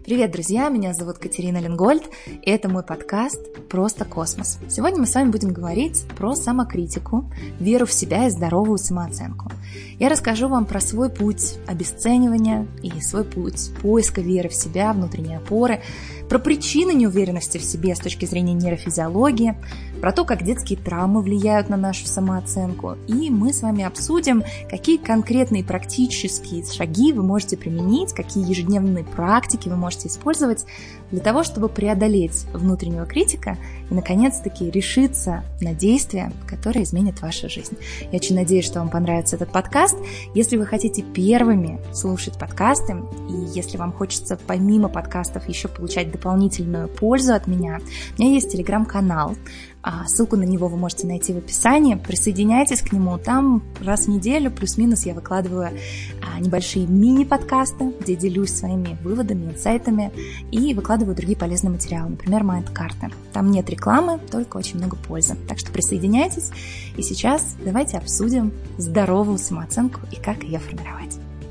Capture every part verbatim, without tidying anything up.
Привет, друзья! Меня зовут Катерина Ленгольд, и это мой подкаст «Просто космос». Сегодня мы с вами будем говорить про самокритику, веру в себя и здоровую самооценку. Я расскажу вам про свой путь обесценивания и свой путь поиска веры в себя, внутренней опоры, про причины неуверенности в себе с точки зрения нейрофизиологии, про то, как детские травмы влияют на нашу самооценку, и мы с вами обсудим, какие конкретные практические шаги вы можете применить, какие ежедневные практики вы можете использовать для того, чтобы преодолеть внутреннего критика и, наконец-таки, решиться на действия, которые изменят вашу жизнь. Я очень надеюсь, что вам понравится этот подкаст. Если вы хотите первыми слушать подкасты, и если вам хочется помимо подкастов еще получать дополнительную пользу от меня, у меня есть телеграм-канал. Ссылку на него вы можете найти в описании. Присоединяйтесь к нему. Там раз в неделю, плюс-минус, я выкладываю небольшие мини-подкасты, где делюсь своими выводами, инсайтами и выкладываю другие полезные материалы, например, майнд-карты. Там нет рекламы, только очень много пользы. Так что присоединяйтесь. И сейчас давайте обсудим здоровую самооценку и как ее формировать.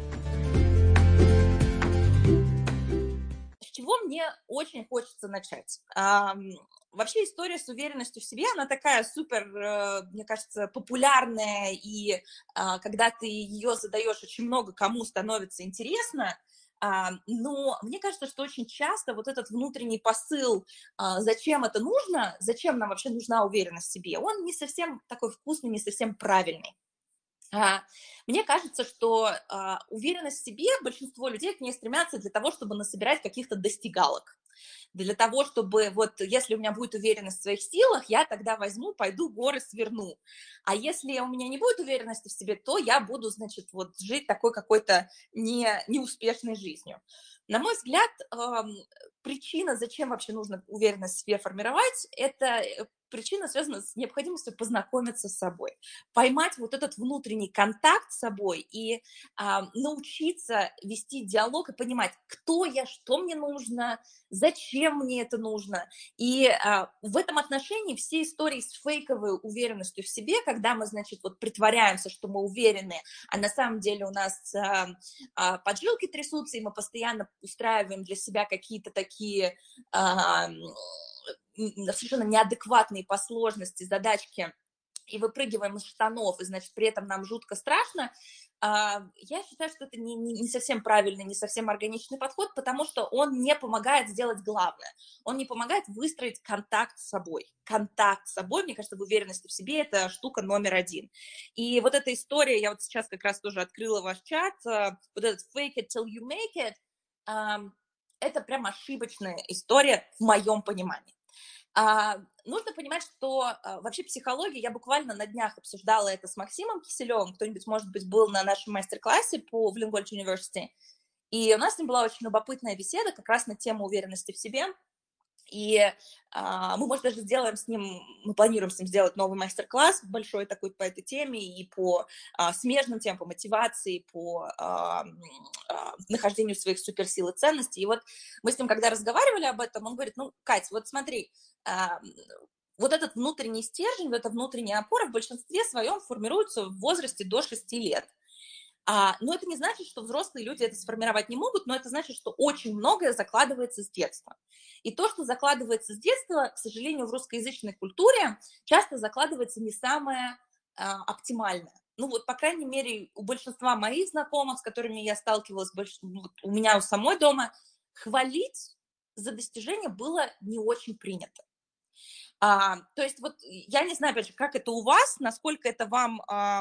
С чего мне очень хочется начать? Вообще история с уверенностью в себе, она такая супер, мне кажется, популярная, и когда ты ее задаешь, очень много кому становится интересно, но мне кажется, что очень часто вот этот внутренний посыл, зачем это нужно, зачем нам вообще нужна уверенность в себе, он не совсем такой вкусный, не совсем правильный. Мне кажется, что уверенность в себе, большинство людей к ней стремятся для того, чтобы насобирать каких-то достигалок. Для того, чтобы вот если у меня будет уверенность в своих силах, я тогда возьму, пойду горы сверну. А если у меня не будет уверенности в себе, то я буду, значит, вот жить такой какой-то не, неуспешной жизнью. На мой взгляд, причина, зачем вообще нужно уверенность в себе формировать, это причина связана с необходимостью познакомиться с собой, поймать вот этот внутренний контакт с собой и а, научиться вести диалог и понимать, кто я, что мне нужно, зачем мне это нужно. И а, в этом отношении все истории с фейковой уверенностью в себе, когда мы, значит, вот притворяемся, что мы уверены, а на самом деле у нас а, а, поджилки трясутся, и мы постоянно устраиваем для себя какие-то такие а, совершенно неадекватные по сложности задачки, и выпрыгиваем из штанов, и, значит, при этом нам жутко страшно, я считаю, что это не, не, не совсем правильный, не совсем органичный подход, потому что он не помогает сделать главное. Он не помогает выстроить контакт с собой. Контакт с собой, мне кажется, в уверенности в себе – это штука номер один. И вот эта история, я вот сейчас как раз тоже открыла ваш чат, вот этот fake it till you make it, это прям ошибочная история в моем понимании. А, нужно понимать, что а, вообще психология, я буквально на днях обсуждала это с Максимом Киселевым, кто-нибудь, может быть, был на нашем мастер-классе по в Ленгольд University, и у нас с ним была очень любопытная беседа как раз на тему уверенности в себе, и а, мы, может, даже сделаем с ним, мы планируем с ним сделать новый мастер-класс большой такой по этой теме и по а, смежным темам, по мотивации, по а, а, нахождению своих суперсил и ценностей. И вот мы с ним, когда разговаривали об этом, он говорит, ну, Кать, вот смотри, а, вот этот внутренний стержень, вот эта внутренняя опора в большинстве своем формируется в возрасте до шести лет. А, но это не значит, что взрослые люди это сформировать не могут, но это значит, что очень многое закладывается с детства. И то, что закладывается с детства, к сожалению, в русскоязычной культуре часто закладывается не самое а, оптимальное. Ну вот, по крайней мере, у большинства моих знакомых, с которыми я сталкивалась, больш... вот, у меня у самой дома, хвалить за достижения было не очень принято. А, то есть вот я не знаю, опять же, как это у вас, насколько это вам... А,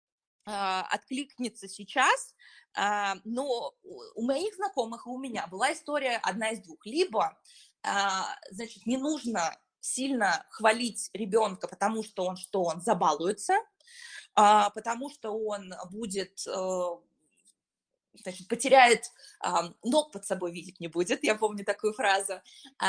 откликнется сейчас, но у моих знакомых и у меня была история одна из двух. Либо, значит, не нужно сильно хвалить ребенка, потому что он что, он забалуется, потому что он будет... значит, потеряет, ног под собой видеть не будет, я помню такую фразу,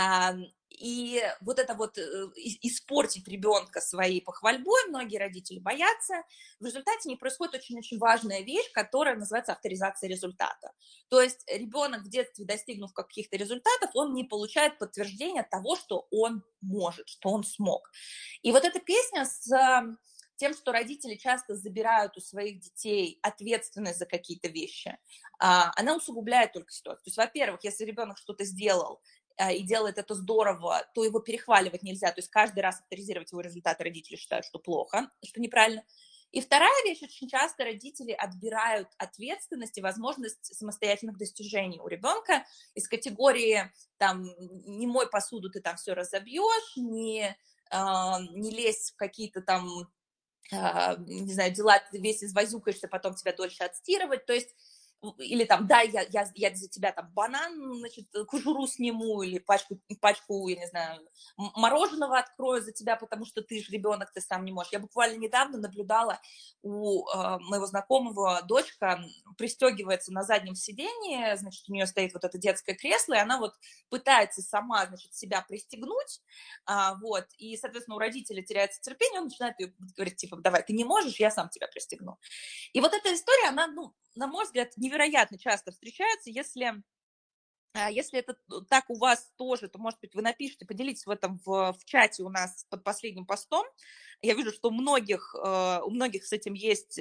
и вот это вот испортить ребенка своей похвальбой, многие родители боятся, в результате не происходит очень-очень важная вещь, которая называется авторизация результата. То есть ребенок в детстве, достигнув каких-то результатов, он не получает подтверждения того, что он может, что он смог. И вот эта песня с тем, что родители часто забирают у своих детей ответственность за какие-то вещи, она усугубляет только ситуацию. То есть, во-первых, если ребенок что-то сделал и делает это здорово, то его перехваливать нельзя. То есть каждый раз авторизировать его результаты родители считают, что плохо, что неправильно. И вторая вещь, очень часто родители отбирают ответственность и возможность самостоятельных достижений у ребенка из категории, там, не мой посуду, ты там все разобьешь, не, э, не лезь в какие-то там, э, не знаю, дела, ты весь извозюкаешься, потом тебя дольше отстирывать, то есть или там, да, я, я, я за тебя там банан, значит, кожуру сниму, или пачку, пачку, я не знаю, мороженого открою за тебя, потому что ты же ребенок, ты сам не можешь. Я буквально недавно наблюдала у э, моего знакомого дочка пристегивается на заднем сидении, значит, у нее стоит вот это детское кресло, и она вот пытается сама, значит, себя пристегнуть, а, вот, и, соответственно, у родителя теряется терпение, он начинает ей говорить, типа, давай, ты не можешь, я сам тебя пристегну. И вот эта история, она, ну, на мой взгляд, невероятно часто встречается. Если, если это так у вас тоже, то, может быть, вы напишите, поделитесь в этом в, в чате у нас под последним постом. Я вижу, что у многих, у многих с этим есть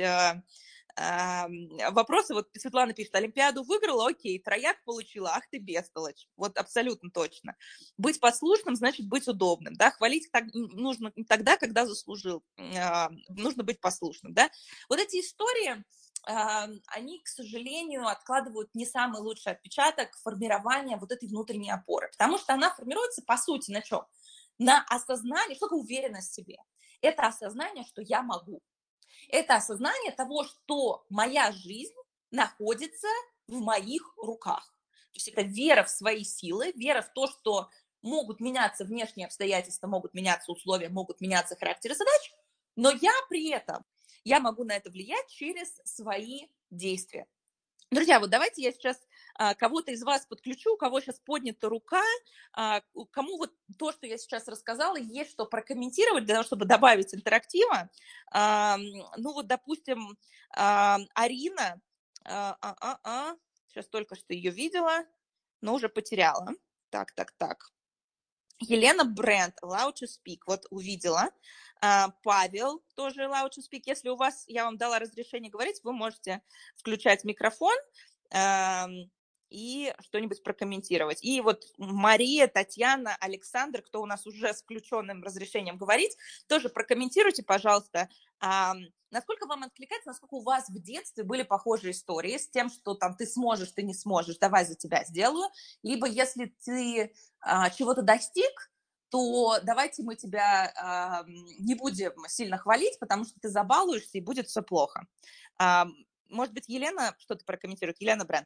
вопросы. Вот Светлана пишет, Олимпиаду выиграла, окей, трояк получила, ах ты бестолочь. Вот абсолютно точно. Быть послушным значит быть удобным, да, хвалить так, нужно тогда, когда заслужил. Нужно быть послушным, да. Вот эти истории, они, к сожалению, откладывают не самый лучший отпечаток формирования вот этой внутренней опоры, потому что она формируется, по сути, на чем? На осознании, что такое уверенность в себе. Это осознание, что я могу. Это осознание того, что моя жизнь находится в моих руках. То есть это вера в свои силы, вера в то, что могут меняться внешние обстоятельства, могут меняться условия, могут меняться характеры задач, но я при этом, я могу на это влиять через свои действия. Друзья, вот давайте я сейчас а, кого-то из вас подключу, у кого сейчас поднята рука, а, кому вот то, что я сейчас рассказала, есть что прокомментировать для того, чтобы добавить интерактива. А, ну вот, допустим, а, Арина, а, а, а, а, сейчас только что ее видела, но уже потеряла. Так, так, так. Елена Бренд, allowed to speak, вот увидела. Павел тоже allowed to speak. Если у вас, я вам дала разрешение говорить, вы можете включать микрофон и что-нибудь прокомментировать. И вот Мария, Татьяна, Александр, кто у нас уже с включенным разрешением говорить, тоже прокомментируйте, пожалуйста, насколько вам откликается, насколько у вас в детстве были похожие истории с тем, что там ты сможешь, ты не сможешь, давай за тебя сделаю. Либо если ты а, чего-то достиг, то давайте мы тебя а, не будем сильно хвалить, потому что ты забалуешься и будет все плохо. А, может быть, Елена что-то прокомментирует? Елена Бренд.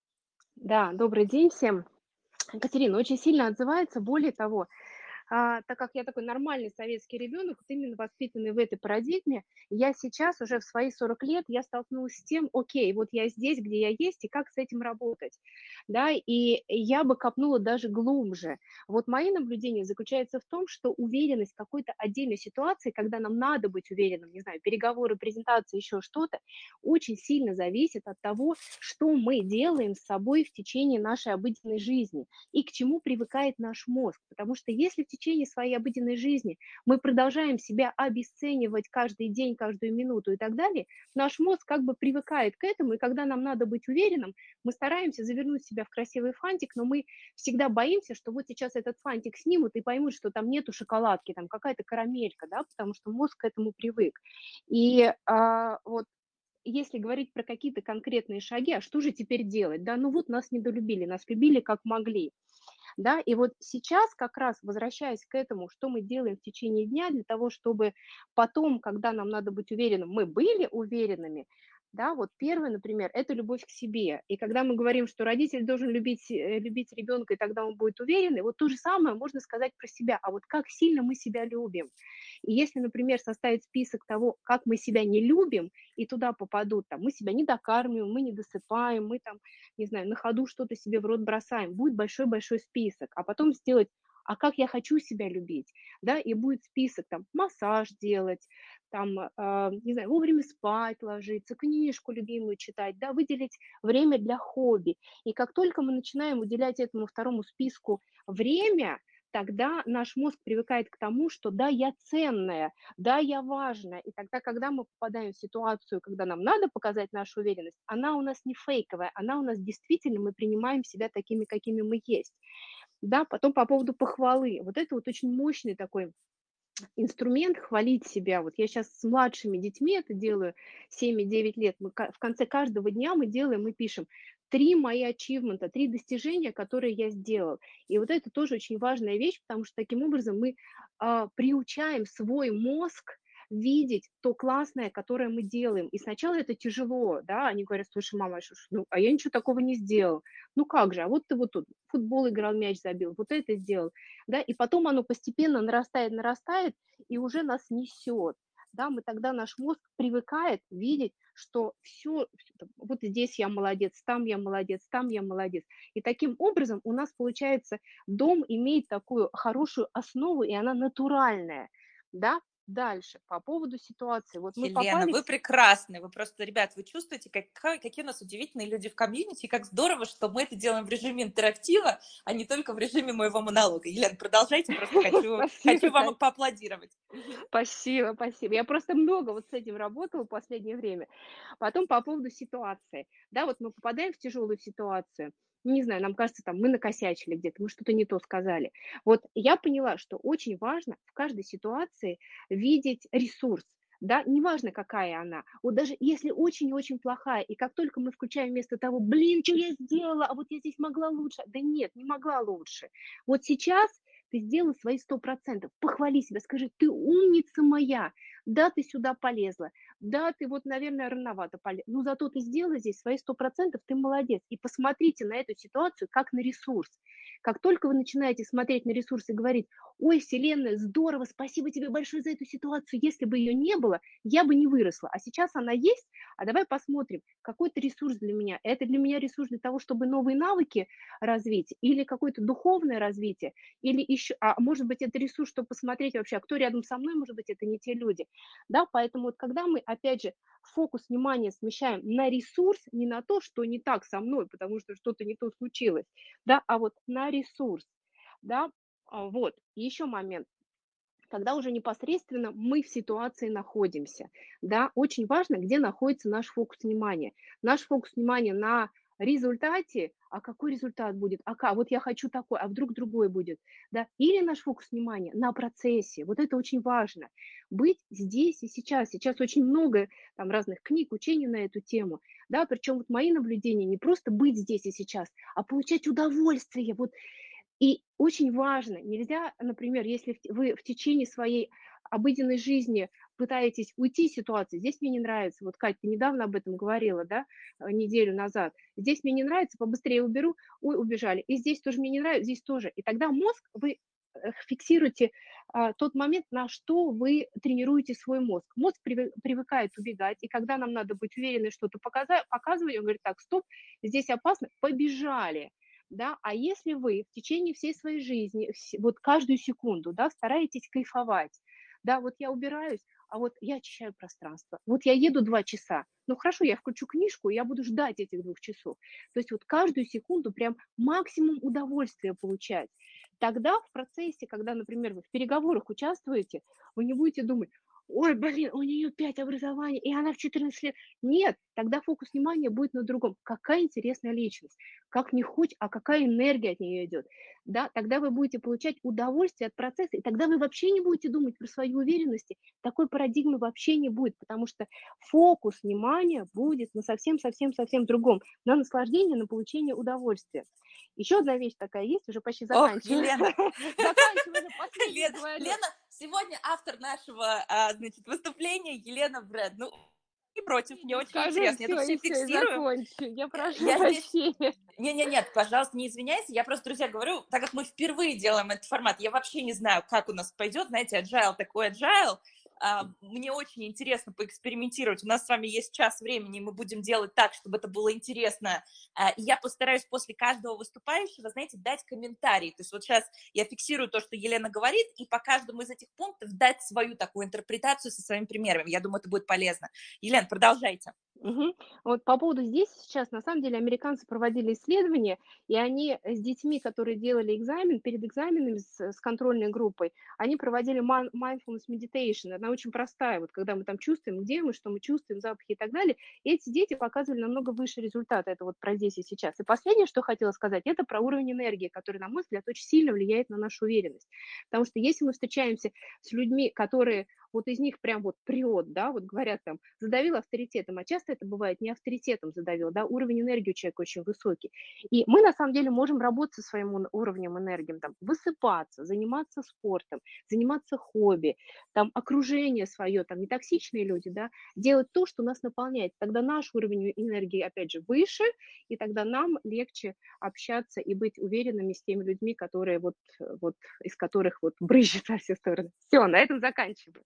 Да, добрый день всем. Екатерина очень сильно отзывается. Более того, а, так как я такой нормальный советский ребенок, вот именно воспитанный в этой парадигме, я сейчас уже в свои сорок лет, я столкнулась с тем, окей, вот я здесь, где я есть, и как с этим работать, да, и я бы копнула даже глубже. Вот мои наблюдения заключаются в том, что уверенность в какой-то отдельной ситуации, когда нам надо быть уверенным, не знаю, переговоры, презентации, еще что-то, очень сильно зависит от того, что мы делаем с собой в течение нашей обыденной жизни и к чему привыкает наш мозг, потому что если в течение В течение своей обыденной жизни мы продолжаем себя обесценивать каждый день, каждую минуту и так далее, наш мозг как бы привыкает к этому, и когда нам надо быть уверенным, мы стараемся завернуть себя в красивый фантик, но мы всегда боимся, что вот сейчас этот фантик снимут и поймут, что там нету шоколадки, там какая-то карамелька, да, потому что мозг к этому привык. И а, вот если говорить про какие-то конкретные шаги, а что же теперь делать? Да, ну вот нас недолюбили, нас любили как могли. Да, и вот сейчас как раз, возвращаясь к этому, что мы делаем в течение дня для того, чтобы потом, когда нам надо быть уверенным, мы были уверенными, да, вот первое, например, это любовь к себе. И когда мы говорим, что родитель должен любить, любить ребенка, и тогда он будет уверенный, вот то же самое можно сказать про себя. А вот как сильно мы себя любим? И если, например, составить список того, как мы себя не любим, и туда попадут, там, мы себя не докармливаем, мы не досыпаем, мы там, не знаю, на ходу что-то себе в рот бросаем, будет большой-большой список, а потом сделать, а как я хочу себя любить, да, и будет список, там, массаж делать, там, э, не знаю, вовремя спать ложиться, книжку любимую читать, да, выделить время для хобби. И как только мы начинаем уделять этому второму списку время, тогда наш мозг привыкает к тому, что да, я ценная, да, я важная. И тогда, когда мы попадаем в ситуацию, когда нам надо показать нашу уверенность, она у нас не фейковая, она у нас действительно, мы принимаем себя такими, какими мы есть. Да, потом по поводу похвалы. Вот это вот очень мощный такой инструмент хвалить себя. Вот я сейчас с младшими детьми это делаю, семь-девять лет. Мы в конце каждого дня мы делаем, мы пишем три мои ачивмента, три достижения, которые я сделал. И вот это тоже очень важная вещь, потому что таким образом мы а, приучаем свой мозг видеть то классное, которое мы делаем. И сначала это тяжело, да, они говорят, слушай, мама, ну, а я ничего такого не сделал. Ну как же, а вот ты вот тут в футбол играл, мяч забил, вот это сделал, да, и потом оно постепенно нарастает, нарастает, и уже нас несет, да, мы тогда, наш мозг привыкает видеть, что все, вот здесь я молодец, там я молодец, там я молодец, и таким образом у нас получается дом имеет такую хорошую основу, и она натуральная, да. Дальше, по поводу ситуации. Вот мы Елена, попали... вы прекрасны. Вы просто, ребят, вы чувствуете, как, какие у нас удивительные люди в комьюнити, и как здорово, что мы это делаем в режиме интерактива, а не только в режиме моего монолога. Елена, продолжайте, просто хочу, хочу вам поаплодировать. Спасибо, спасибо. Я просто много вот с этим работала в последнее время. Потом по поводу ситуации. Да, вот мы попадаем в тяжелую ситуацию, не знаю, нам кажется, там, мы накосячили где-то, мы что-то не то сказали. Вот я поняла, что очень важно в каждой ситуации видеть ресурс, да, неважно, какая она. Вот даже если очень-очень плохая, и как только мы включаем вместо того, блин, что я сделала, а вот я здесь могла лучше. Да нет, не могла лучше. Вот сейчас ты сделала свои сто процентов. Похвали себя, скажи, ты умница моя. Да, ты сюда полезла. Да, ты вот, наверное, рановато полезла. Но зато ты сделала здесь свои сто процентов, ты молодец. И посмотрите на эту ситуацию как на ресурс. Как только вы начинаете смотреть на ресурс и говорить, ой, Вселенная, здорово, спасибо тебе большое за эту ситуацию. Если бы ее не было, я бы не выросла. А сейчас она есть, а давай посмотрим, какой-то ресурс для меня. Это для меня ресурс для того, чтобы новые навыки развить, или какое-то духовное развитие, или еще, а может быть, это ресурс, чтобы посмотреть вообще, а кто рядом со мной, может быть, это не те люди, да, поэтому вот когда мы, опять же, фокус внимания смещаем на ресурс, не на то, что не так со мной, потому что что-то не то случилось, да, а вот на ресурс, да, вот, еще момент. Когда уже непосредственно мы в ситуации находимся, да, очень важно, где находится наш фокус внимания. Наш фокус внимания на результате, а какой результат будет, а как, вот я хочу такой, а вдруг другой будет, да, или наш фокус внимания на процессе, вот это очень важно, быть здесь и сейчас, сейчас очень много там разных книг, учений на эту тему, да, причем вот мои наблюдения не просто быть здесь и сейчас, а получать удовольствие, вот. И очень важно, нельзя, например, если вы в течение своей обыденной жизни пытаетесь уйти из ситуации, здесь мне не нравится, вот, Катя, ты недавно об этом говорила, да, неделю назад, здесь мне не нравится, побыстрее уберу, ой, убежали, и здесь тоже мне не нравится, здесь тоже. И тогда мозг, вы фиксируете а, тот момент, на что вы тренируете свой мозг. Мозг привыкает убегать, и когда нам надо быть уверенной, что-то показывать, он говорит, так, стоп, здесь опасно, побежали. Да, а если вы в течение всей своей жизни, вот каждую секунду, да, стараетесь кайфовать, да, вот я убираюсь, а вот я очищаю пространство, вот я еду два часа, ну хорошо, я включу книжку, я буду ждать этих двух часов, то есть вот каждую секунду прям максимум удовольствия получать. Тогда в процессе, когда, например, вы в переговорах участвуете, вы не будете думать, ой, блин, у нее пять образований, и она в четырнадцать лет. Нет, тогда фокус внимания будет на другом. Какая интересная личность, как не хоть, а какая энергия от нее идет. Да, тогда вы будете получать удовольствие от процесса, и тогда вы вообще не будете думать про свою уверенность. Такой парадигмы вообще не будет, потому что фокус внимания будет на совсем-совсем-совсем другом, на наслаждение, на получение удовольствия. Еще одна вещь такая есть, уже почти заканчиваю. Ох, Елена. Заканчиваю последний, Лен, говорю. Лена, сегодня автор нашего, а, значит, выступления Елена Брэд. Ну, не против, мне очень Скажу, интересно. Я все, тут все и все, и фиксирую. закончу. Я прошу Я прощения. здесь... Не-не-нет, пожалуйста, не извиняйся. Я просто, друзья, говорю, так как мы впервые делаем этот формат, я вообще не знаю, как у нас пойдет. Знаете, agile такой agile. Мне очень интересно поэкспериментировать. У нас с вами есть час времени, мы будем делать так, чтобы это было интересно. И я постараюсь после каждого выступающего, знаете, дать комментарий. То есть вот сейчас я фиксирую то, что Елена говорит, и по каждому из этих пунктов дать свою такую интерпретацию со своими примерами. Я думаю, это будет полезно. Елена, продолжайте. Мгм. Вот по поводу здесь сейчас, на самом деле, американцы проводили исследования, и они с детьми, которые делали экзамен, перед экзаменами с, с контрольной группой, они проводили ман- mindfulness meditation. Она очень простая, вот когда мы там чувствуем, где мы, что мы чувствуем, запахи и так далее. И эти дети показывали намного выше результат. Это вот про здесь и сейчас. И последнее, что хотела сказать, это про уровень энергии, который, на мой взгляд, очень сильно влияет на нашу уверенность. Потому что если мы встречаемся с людьми, которые вот из них прям вот прет, да, вот говорят там, задавил авторитетом, а часто это бывает не авторитетом задавил, да, уровень энергии у человека очень высокий. И мы на самом деле можем работать со своим ун- уровнем энергии, там, высыпаться, заниматься спортом, заниматься хобби, там, окружение свое, там, нетоксичные люди, да, делать то, что нас наполняет. Тогда наш уровень энергии, опять же, выше, и тогда нам легче общаться и быть уверенными с теми людьми, которые вот, вот из которых вот брызжет во все стороны. Все, на этом заканчиваю.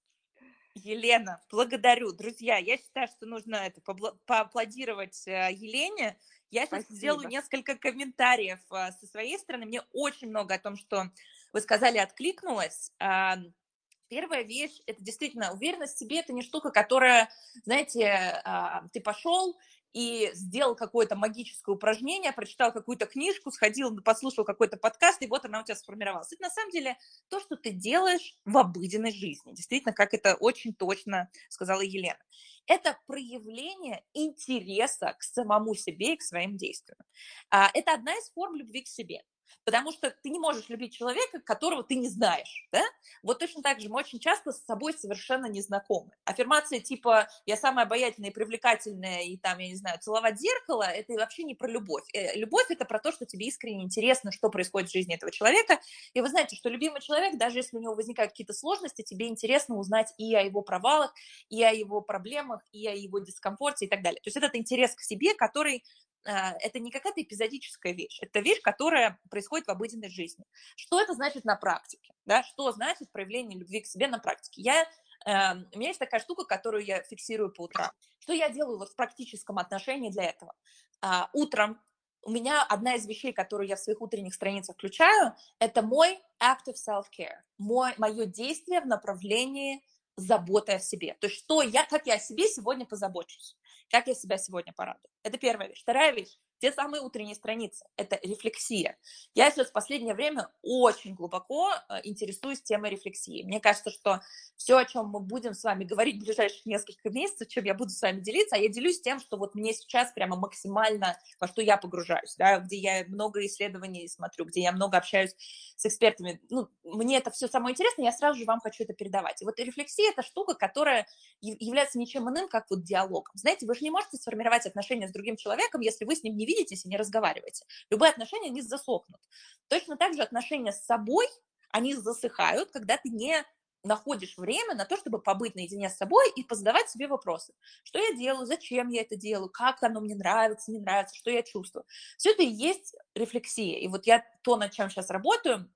Елена, благодарю. Друзья, я считаю, что нужно это побла- поаплодировать э, Елене. Я сейчас сделаю Спасибо. несколько комментариев э, со своей стороны. Мне очень много о том, что вы сказали, откликнулось. А, Первая вещь, это действительно уверенность в себе, это не штука, которая, знаете, а, ты пошел и сделал какое-то магическое упражнение, прочитал какую-то книжку, сходил, послушал какой-то подкаст, и вот она у тебя сформировалась. Это на самом деле то, что ты делаешь в обыденной жизни. Действительно, как это очень точно сказала Елена. Это проявление интереса к самому себе и к своим действиям. А, Это одна из форм любви к себе. Потому что ты не можешь любить человека, которого ты не знаешь, да? Вот точно так же мы очень часто с собой совершенно не знакомы. Аффирмация типа «я самая обаятельная и привлекательная», и там, я не знаю, целовать зеркало – это вообще не про любовь. Любовь – это про то, что тебе искренне интересно, что происходит в жизни этого человека. И вы знаете, что любимый человек, даже если у него возникают какие-то сложности, тебе интересно узнать и о его провалах, и о его проблемах, и о его дискомфорте и так далее. То есть это интерес к себе, который это не какая-то эпизодическая вещь, это вещь, которая происходит в обыденной жизни. Что это значит на практике? Да? Что значит проявление любви к себе на практике? Я, э, у меня есть такая штука, которую я фиксирую по утрам. Что я делаю вот в практическом отношении для этого? А, утром у меня одна из вещей, которую я в своих утренних страницах включаю, это мой active self-care, мой, мое действие в направлении заботы о себе. То есть что я, как я о себе сегодня позабочусь, как я себя сегодня порадую. Это первая вещь. Вторая вещь. Те самые утренние страницы. Это рефлексия. Я сейчас в последнее время очень глубоко интересуюсь темой рефлексии. Мне кажется, что все, о чем мы будем с вами говорить в ближайших несколько месяцев, чем я буду с вами делиться, а я делюсь тем, что вот мне сейчас прямо максимально, во что я погружаюсь, да, где я много исследований смотрю, где я много общаюсь с экспертами. Ну, мне это все самое интересное, я сразу же вам хочу это передавать. И вот рефлексия – это штука, которая является ничем иным, как вот диалогом. Знаете, вы же не можете сформировать отношения с другим человеком, если вы с ним не видитесь и не разговариваете. Любые отношения, они засохнут. Точно так же отношения с собой, они засыхают, когда ты не находишь время на то, чтобы побыть наедине с собой и позадавать себе вопросы. Что я делаю, зачем я это делаю, как оно мне нравится, не нравится, что я чувствую. Все это и есть рефлексия. И вот я то, над чем сейчас работаю,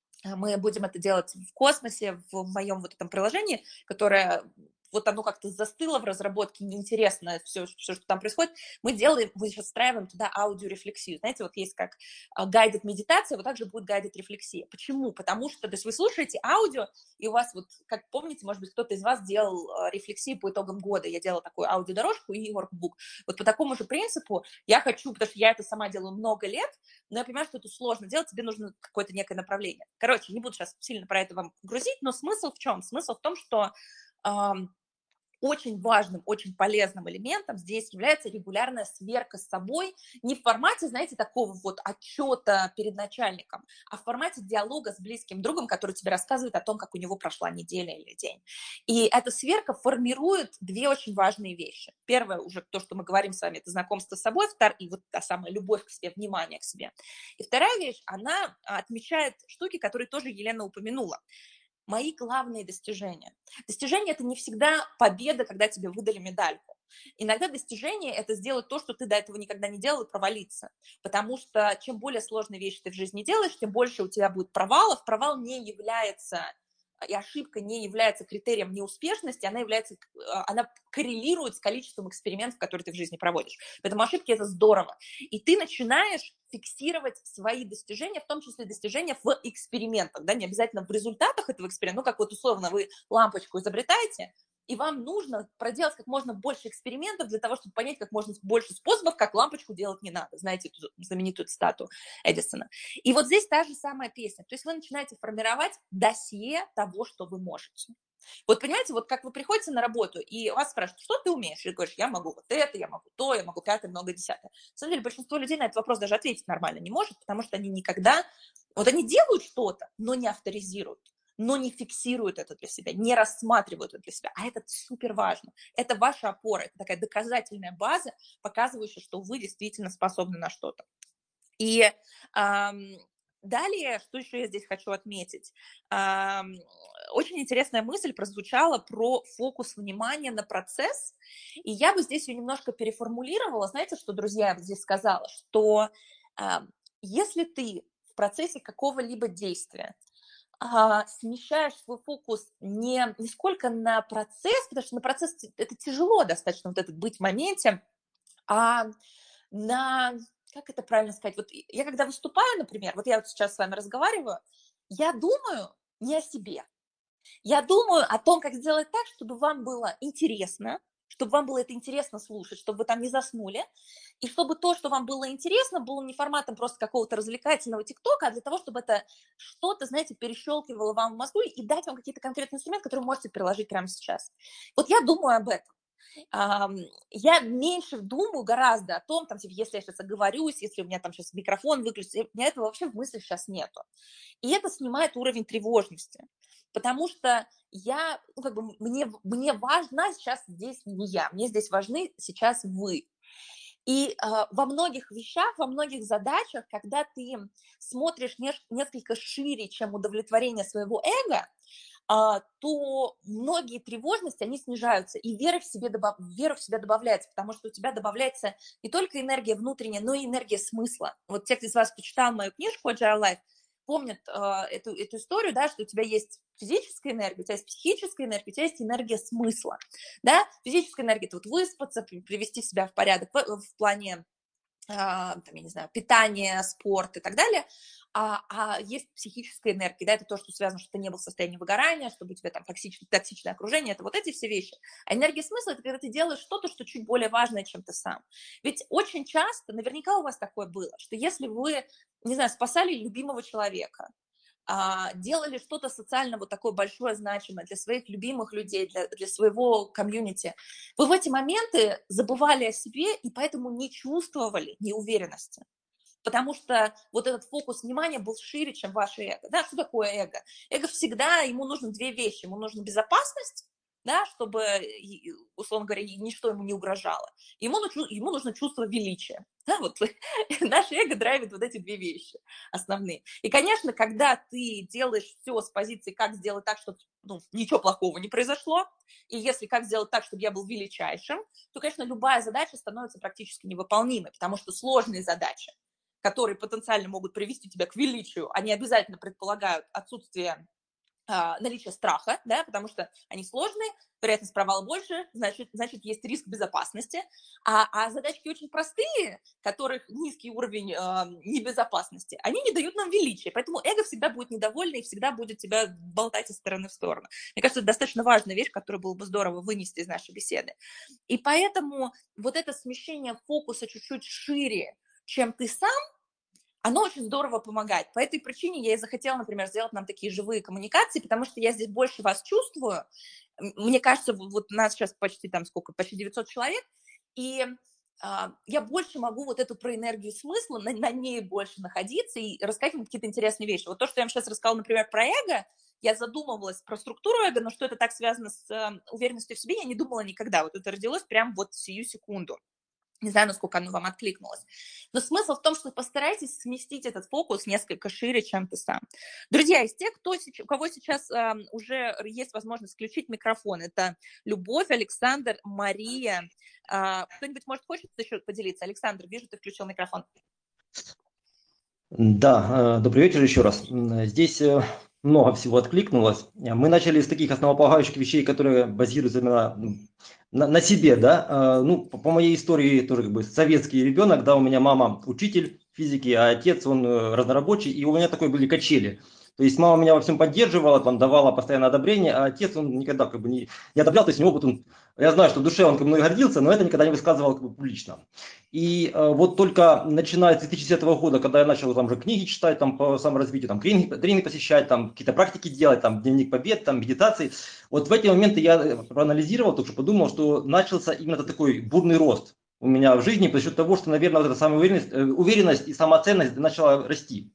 мы будем это делать в космосе, в моем вот этом приложении, которое вот оно как-то застыло в разработке, неинтересно все, все, что там происходит. Мы делаем, мы сейчас встраиваем туда аудиорефлексию. Знаете, вот есть как гайдед медитация, вот так же будет гайдед рефлексия. Почему? Потому что, то есть вы слушаете аудио, и у вас вот, как помните, может быть, кто-то из вас делал рефлексию по итогам года. Я делала такую аудиодорожку и workbook. Вот по такому же принципу я хочу, потому что я это сама делаю много лет, но я понимаю, что это сложно делать, тебе нужно какое-то некое направление. Короче, не буду сейчас сильно про это вам грузить, но смысл в чем? Смысл в том, что эм, очень важным, очень полезным элементом здесь является регулярная сверка с собой, не в формате, знаете, такого вот отчета перед начальником, а в формате диалога с близким другом, который тебе рассказывает о том, как у него прошла неделя или день. И эта сверка формирует две очень важные вещи. Первое, уже то, что мы говорим с вами, это знакомство с собой, второе, и вот та самая любовь к себе, внимание к себе. И вторая вещь, она отмечает штуки, которые тоже Елена упомянула. Мои главные достижения. Достижение – это не всегда победа, когда тебе выдали медальку. Иногда достижение – это сделать то, что ты до этого никогда не делал, и провалиться. Потому что чем более сложные вещи ты в жизни делаешь, тем больше у тебя будет провалов. Провал не является, и ошибка не является критерием неуспешности, она, является, она коррелирует с количеством экспериментов, которые ты в жизни проводишь. Поэтому ошибки – это здорово. И ты начинаешь фиксировать свои достижения, в том числе достижения в экспериментах, да, не обязательно в результатах этого эксперимента, ну, как вот условно вы лампочку изобретаете, и вам нужно проделать как можно больше экспериментов для того, чтобы понять как можно больше способов, как лампочку делать не надо. Знаете эту знаменитую цитату Эдисона. И вот здесь та же самая песня. То есть вы начинаете формировать досье того, что вы можете. Вот понимаете, вот как вы приходите на работу, и вас спрашивают, что ты умеешь? И ты говоришь, я могу вот это, я могу то, я могу пятое, много десятое. На самом деле большинство людей на этот вопрос даже ответить нормально не может, потому что они никогда... Вот они делают что-то, но не авторизируют, но не фиксируют это для себя, не рассматривают это для себя. А это супер важно. Это ваша опора, это такая доказательная база, показывающая, что вы действительно способны на что-то. И эм, далее, что еще я здесь хочу отметить? Эм, очень интересная мысль прозвучала про фокус внимания на процесс. И я бы здесь ее немножко переформулировала. Знаете, что, друзья, я бы здесь сказала? Что эм, если ты в процессе какого-либо действия а, смещаешь свой фокус не, не сколько на процесс, потому что на процесс это тяжело достаточно вот этот быть в моменте, а на, как это правильно сказать, вот я когда выступаю, например, вот я вот сейчас с вами разговариваю, я думаю не о себе, я думаю о том, как сделать так, чтобы вам было интересно, чтобы вам было это интересно слушать, чтобы вы там не заснули, и чтобы то, что вам было интересно, было не форматом просто какого-то развлекательного тиктока, а для того, чтобы это что-то, знаете, перещелкивало вам в мозгу и дать вам какие-то конкретные инструменты, которые вы можете приложить прямо сейчас. Вот я думаю об этом. Я меньше думаю гораздо о том, там, типа, если я сейчас оговорюсь, если у меня там сейчас микрофон выключится, у меня этого вообще в мыслях сейчас нету. И это снимает уровень тревожности, потому что я, ну, как бы, мне, мне важна сейчас здесь не я, мне здесь важны сейчас вы. И э, во многих вещах, во многих задачах, когда ты смотришь не, несколько шире, чем удовлетворение своего эго, а, то многие тревожности, они снижаются, и вера в, себе добав... вера в себя добавляется, потому что у тебя добавляется не только энергия внутренняя, но и энергия смысла. Вот те, кто из вас почитал мою книжку Agile Life, помнят э, эту, эту историю, да, что у тебя есть физическая энергия, у тебя есть психическая энергия, у тебя есть энергия смысла. Да? Физическая энергия – это вот выспаться, привести себя в порядок в, в плане там, я не знаю, питание, спорт и так далее, а, а есть психическая энергия, да, это то, что связано, что ты не был в состоянии выгорания, чтобы у тебя там токсичное, токсичное окружение, это вот эти все вещи. А энергия смысла – это когда ты делаешь что-то, что чуть более важное, чем ты сам. Ведь очень часто, наверняка у вас такое было, что если вы, не знаю, спасали любимого человека, делали что-то социально вот такое большое, значимое для своих любимых людей, для, для своего комьюнити, вы в эти моменты забывали о себе и поэтому не чувствовали неуверенности. Потому что вот этот фокус внимания был шире, чем ваше эго. Да, что такое эго? Эго всегда, ему нужно две вещи. Ему нужна безопасность, да, чтобы, условно говоря, ничто ему не угрожало. Ему, ему нужно чувство величия. Да, вот наше эго драйвит вот эти две вещи основные. И, конечно, когда ты делаешь все с позиции, как сделать так, чтобы ну, ничего плохого не произошло, и если как сделать так, чтобы я был величайшим, то, конечно, любая задача становится практически невыполнимой, потому что сложные задачи, которые потенциально могут привести тебя к величию, они обязательно предполагают отсутствие наличие страха, да, потому что они сложные, вероятность провала больше, значит, значит есть риск безопасности, а, а задачки очень простые, которых низкий уровень э, небезопасности, они не дают нам величия, поэтому эго всегда будет недовольно и всегда будет тебя болтать из стороны в сторону. Мне кажется, это достаточно важная вещь, которую было бы здорово вынести из нашей беседы. И поэтому вот это смещение фокуса чуть-чуть шире, чем ты сам, оно очень здорово помогает. По этой причине я и захотела, например, сделать нам такие живые коммуникации, потому что я здесь больше вас чувствую. Мне кажется, вот у нас сейчас почти там сколько, почти девятьсот человек, и а, я больше могу вот эту про энергию смысла, на, на ней больше находиться и рассказать вам какие-то интересные вещи. Вот то, что я вам сейчас рассказала, например, про эго, я задумывалась про структуру эго, но что это так связано с э, уверенностью в себе, я не думала никогда. Вот это родилось прямо вот в сию секунду. Не знаю, насколько оно вам откликнулось. Но смысл в том, что постарайтесь сместить этот фокус несколько шире, чем ты сам. Друзья, из тех, кто, у кого сейчас э, уже есть возможность включить микрофон, это Любовь, Александр, Мария. Э, кто-нибудь, может, хочет еще поделиться? Александр, вижу, ты включил микрофон. Да, добрый вечер еще раз. Здесь много всего откликнулось. Мы начали с таких основополагающих вещей, которые базируются на, на, на себе, да. Ну, по моей истории тоже как бы советский ребенок, да, у меня мама учитель физики, а отец, он разнорабочий, и у меня такой были качели. То есть мама меня во всем поддерживала, там, давала постоянное одобрение, а отец, он никогда как бы не, не одобрял, то есть у него вот он, я знаю, что в душе он как бы мной гордился, но это никогда не высказывал как бы публично. И э, вот только начиная с две тысячи десятого года, когда я начал там же книги читать там, по саморазвитию, там, тренинги, тренинги посещать, там, какие-то практики делать, там, дневник побед, там, медитации, вот в эти моменты я проанализировал, только что подумал, что начался именно такой бурный рост у меня в жизни, за счет того, что, наверное, вот эта самоуверенность, э, уверенность и самооценность начала расти.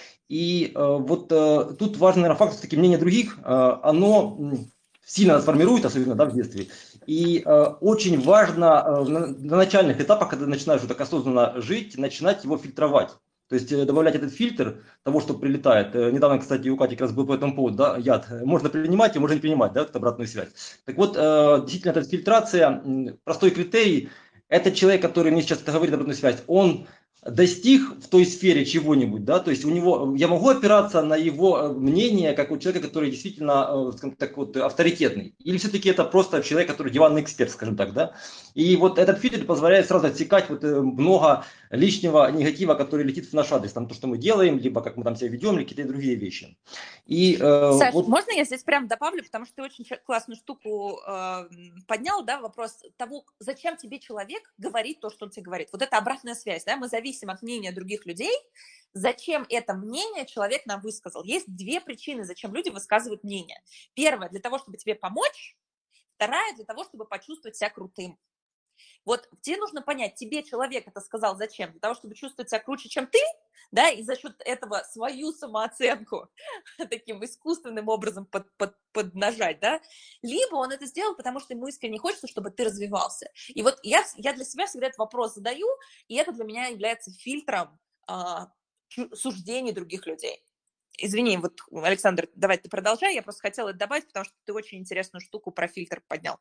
И э, вот э, тут важный, наверное, факт, все-таки мнение других, э, оно сильно нас формирует, особенно да, в детстве. И э, очень важно э, на, на начальных этапах, когда начинаешь вот так осознанно жить, начинать его фильтровать. То есть э, добавлять этот фильтр того, что прилетает. Э, недавно, кстати, у Кати как раз был по этому поводу, да, яд. Можно принимать и можно не принимать, да, вот обратную связь. Так вот, э, действительно, эта фильтрация, простой критерий, это человек, который мне сейчас это говорит обратную связь, он достиг в той сфере чего-нибудь, да, то есть у него, я могу опираться на его мнение, как у человека, который действительно, скажем так, вот, авторитетный, или все-таки это просто человек, который диванный эксперт, скажем так, да, и вот этот фильтр позволяет сразу отсекать вот много лишнего негатива, который летит в наш адрес, там то, что мы делаем, либо как мы там себя ведем, или какие-то другие вещи. И, э, Саш, вот... можно я здесь прям добавлю, потому что ты очень классную штуку э, поднял, да, вопрос того, зачем тебе человек говорит то, что он тебе говорит. Вот это обратная связь, да, мы зависим от мнения других людей, зачем это мнение человек нам высказал. Есть две причины, зачем люди высказывают мнение. Первая, для того, чтобы тебе помочь, вторая, для того, чтобы почувствовать себя крутым. Вот тебе нужно понять, тебе человек это сказал зачем? Для того, чтобы чувствовать себя круче, чем ты, да, и за счет этого свою самооценку таким искусственным образом под, под, поднажать, да, либо он это сделал, потому что ему искренне хочется, чтобы ты развивался. И вот я, я для себя всегда этот вопрос задаю, и это для меня является фильтром а, суждений других людей. Извини, вот, Александр, давай ты продолжай, я просто хотела это добавить, потому что ты очень интересную штуку про фильтр поднял.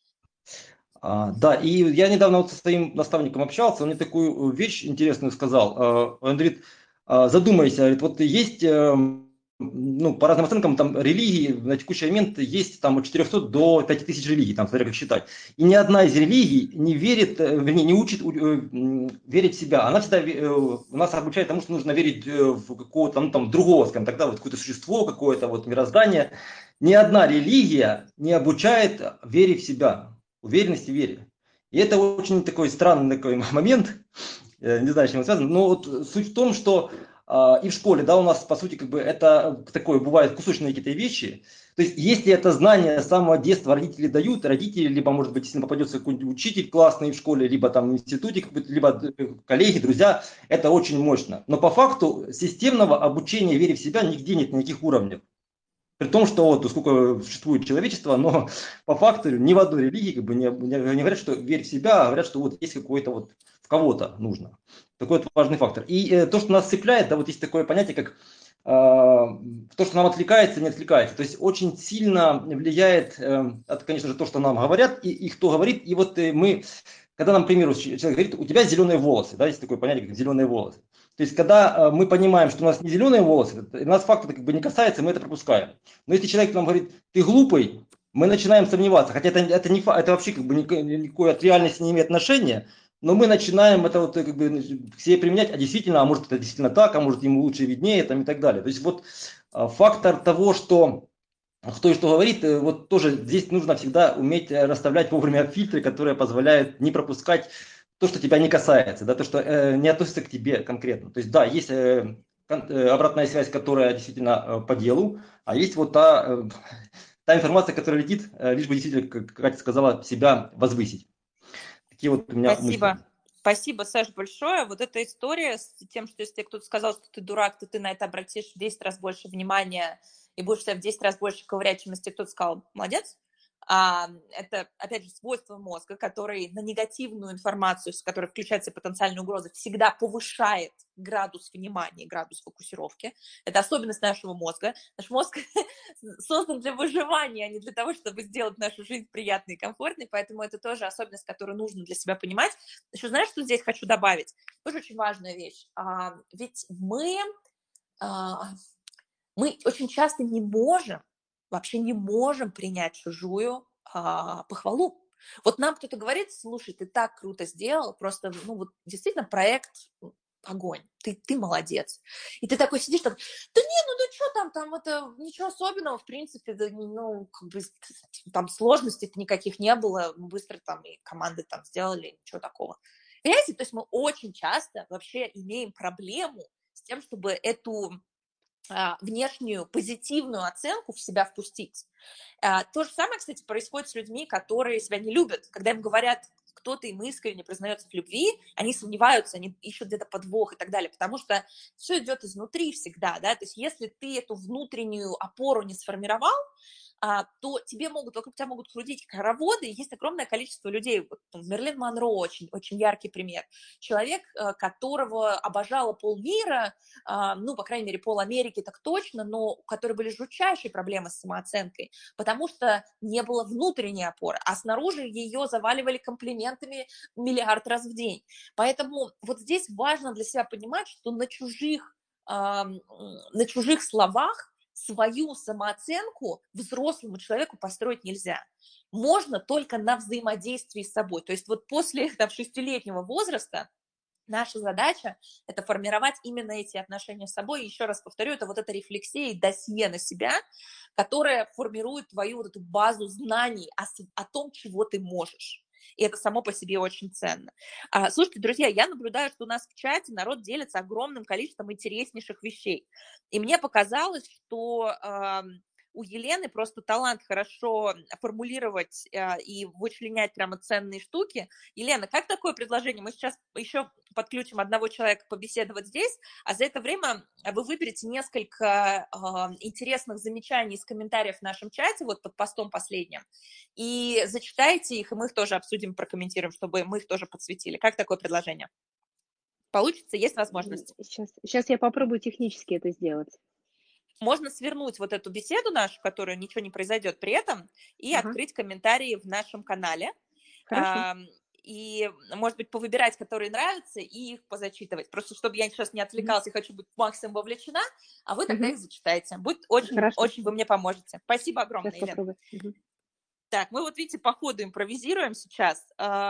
А, да, и я недавно вот со своим наставником общался, он мне такую вещь интересную сказал. Он говорит, задумайся, говорит, вот есть, ну, по разным оценкам, там религии на текущий момент есть там от четырёхсот до пяти тысяч религий, там, смотря как считать. И ни одна из религий не верит, вернее, не учит верить в себя. Она всегда нас обучает тому, что нужно верить в какого-то, ну, там, другого, скажем так, да, вот какое-то существо, какое-то вот мироздание. Ни одна религия не обучает вере в себя. Уверенности в вере. И это очень такой странный такой момент, не знаю, с чем он связан, но вот суть в том, что э, и в школе, да, у нас, по сути, как бы это такое, бывают кусочные какие-то вещи. То есть, если это знание с самого детства родители дают, родители, либо, может быть, если попадется какой-нибудь учитель классный в школе, либо там в институте, либо коллеги, друзья, это очень мощно. Но по факту системного обучения вере в себя нигде нет, на никаких уровнях. При том, что вот сколько существует человечество, но по факту ни в одной религии как бы не, не, не говорят, что верь в себя, а говорят, что вот есть какой-то вот в кого-то нужно. Такой вот важный фактор. И э, то, что нас цепляет, да, вот есть такое понятие, как э, то, что нам отвлекается, не отвлекается. То есть очень сильно влияет, э, это, конечно же, то, что нам говорят, и, и кто говорит. И вот э, мы, когда нам, к примеру, человек говорит, у тебя зеленые волосы, да, есть такое понятие, как зеленые волосы. То есть, когда мы понимаем, что у нас не зеленые волосы, нас факт это как бы не касается, мы это пропускаем. Но если человек нам говорит, ты глупый, мы начинаем сомневаться, хотя это, это, не, это вообще как бы никакой от реальности не имеет отношения, но мы начинаем это вот как бы к себе применять, а действительно, а может это действительно так, а может ему лучше виднее там, и так далее. То есть вот фактор того, что кто и что говорит, вот тоже здесь нужно всегда уметь расставлять вовремя фильтры, которые позволяют не пропускать то, что тебя не касается, да, то, что э, не относится к тебе конкретно. То есть, да, есть э, э, обратная связь, которая действительно э, по делу, а есть вот та, э, та информация, которая летит, э, лишь бы действительно, как Катя сказала, себя возвысить. Такие вот у меня Спасибо. мысли. Спасибо, Саш, большое. Вот эта история с тем, что если кто-то сказал, что ты дурак, то ты на это обратишь в десять раз больше внимания и будешь себя в десять раз больше ковырять, чем если кто-то сказал «молодец». А, это, опять же, свойство мозга, который на негативную информацию, с которой включается потенциальная угроза, всегда повышает градус внимания, градус фокусировки. Это особенность нашего мозга. Наш мозг создан для выживания, а не для того, чтобы сделать нашу жизнь приятной и комфортной, поэтому это тоже особенность, которую нужно для себя понимать. Еще знаешь, что здесь хочу добавить? Тоже очень важная вещь. А, ведь мы, а, мы очень часто не можем вообще не можем принять чужую а, похвалу. Вот нам кто-то говорит, слушай, ты так круто сделал, просто, ну, вот действительно проект огонь, ты, ты молодец. И ты такой сидишь, так, да не, ну да что там, там это ничего особенного, в принципе, да, ну, как бы там сложностей никаких не было, быстро там и команды там сделали, ничего такого. Понимаете, то есть мы очень часто вообще имеем проблему с тем, чтобы эту а, внешнюю позитивную оценку в себя впустить. А, то же самое, кстати, происходит с людьми, которые себя не любят. Когда им говорят, кто-то им искренне признается в любви, они сомневаются, они ищут где-то подвох и так далее, потому что все идет изнутри всегда, да, то есть если ты эту внутреннюю опору не сформировал, а, то тебе могут, вокруг тебя могут крутить хороводы, и есть огромное количество людей. Вот, Мерлин Монро очень, очень яркий пример. Человек, которого обожало полмира, а, ну, по крайней мере, пол Америки так точно, но у которой были жутчайшие проблемы с самооценкой, потому что не было внутренней опоры, а снаружи ее заваливали комплиментами миллиард раз в день. Поэтому вот здесь важно для себя понимать, что на чужих, а, на чужих словах свою самооценку взрослому человеку построить нельзя. Можно только на взаимодействии с собой. То есть вот после там, шестилетнего возраста наша задача – это формировать именно эти отношения с собой. И еще раз повторю, это вот эта рефлексия и досье на себя, которая формирует твою вот эту базу знаний о, о том, чего ты можешь. И это само по себе очень ценно. А, слушайте, друзья, я наблюдаю, что у нас в чате народ делится огромным количеством интереснейших вещей. И мне показалось, что э, у Елены просто талант хорошо формулировать э, и вычленять прямо ценные штуки. Елена, как такое предложение? Мы сейчас еще подключим одного человека побеседовать здесь, а за это время вы выберете несколько э, интересных замечаний из комментариев в нашем чате, вот под постом последним, и зачитайте их, и мы их тоже обсудим, прокомментируем, чтобы мы их тоже подсветили. Как такое предложение? Получится? Есть возможность? Сейчас, сейчас я попробую технически это сделать. Можно свернуть вот эту беседу нашу, в которой ничего не произойдет при этом, и ага. открыть комментарии в нашем канале. Хорошо. И, может быть, повыбирать, которые нравятся, и их позачитывать. Просто чтобы я сейчас не отвлекалась, mm-hmm. и хочу быть максимум вовлечена, а вы тогда mm-hmm. их зачитаете. Будет очень, очень вы мне поможете. Спасибо огромное, сейчас Елена. Mm-hmm. Так, мы вот, видите, по ходу импровизируем сейчас.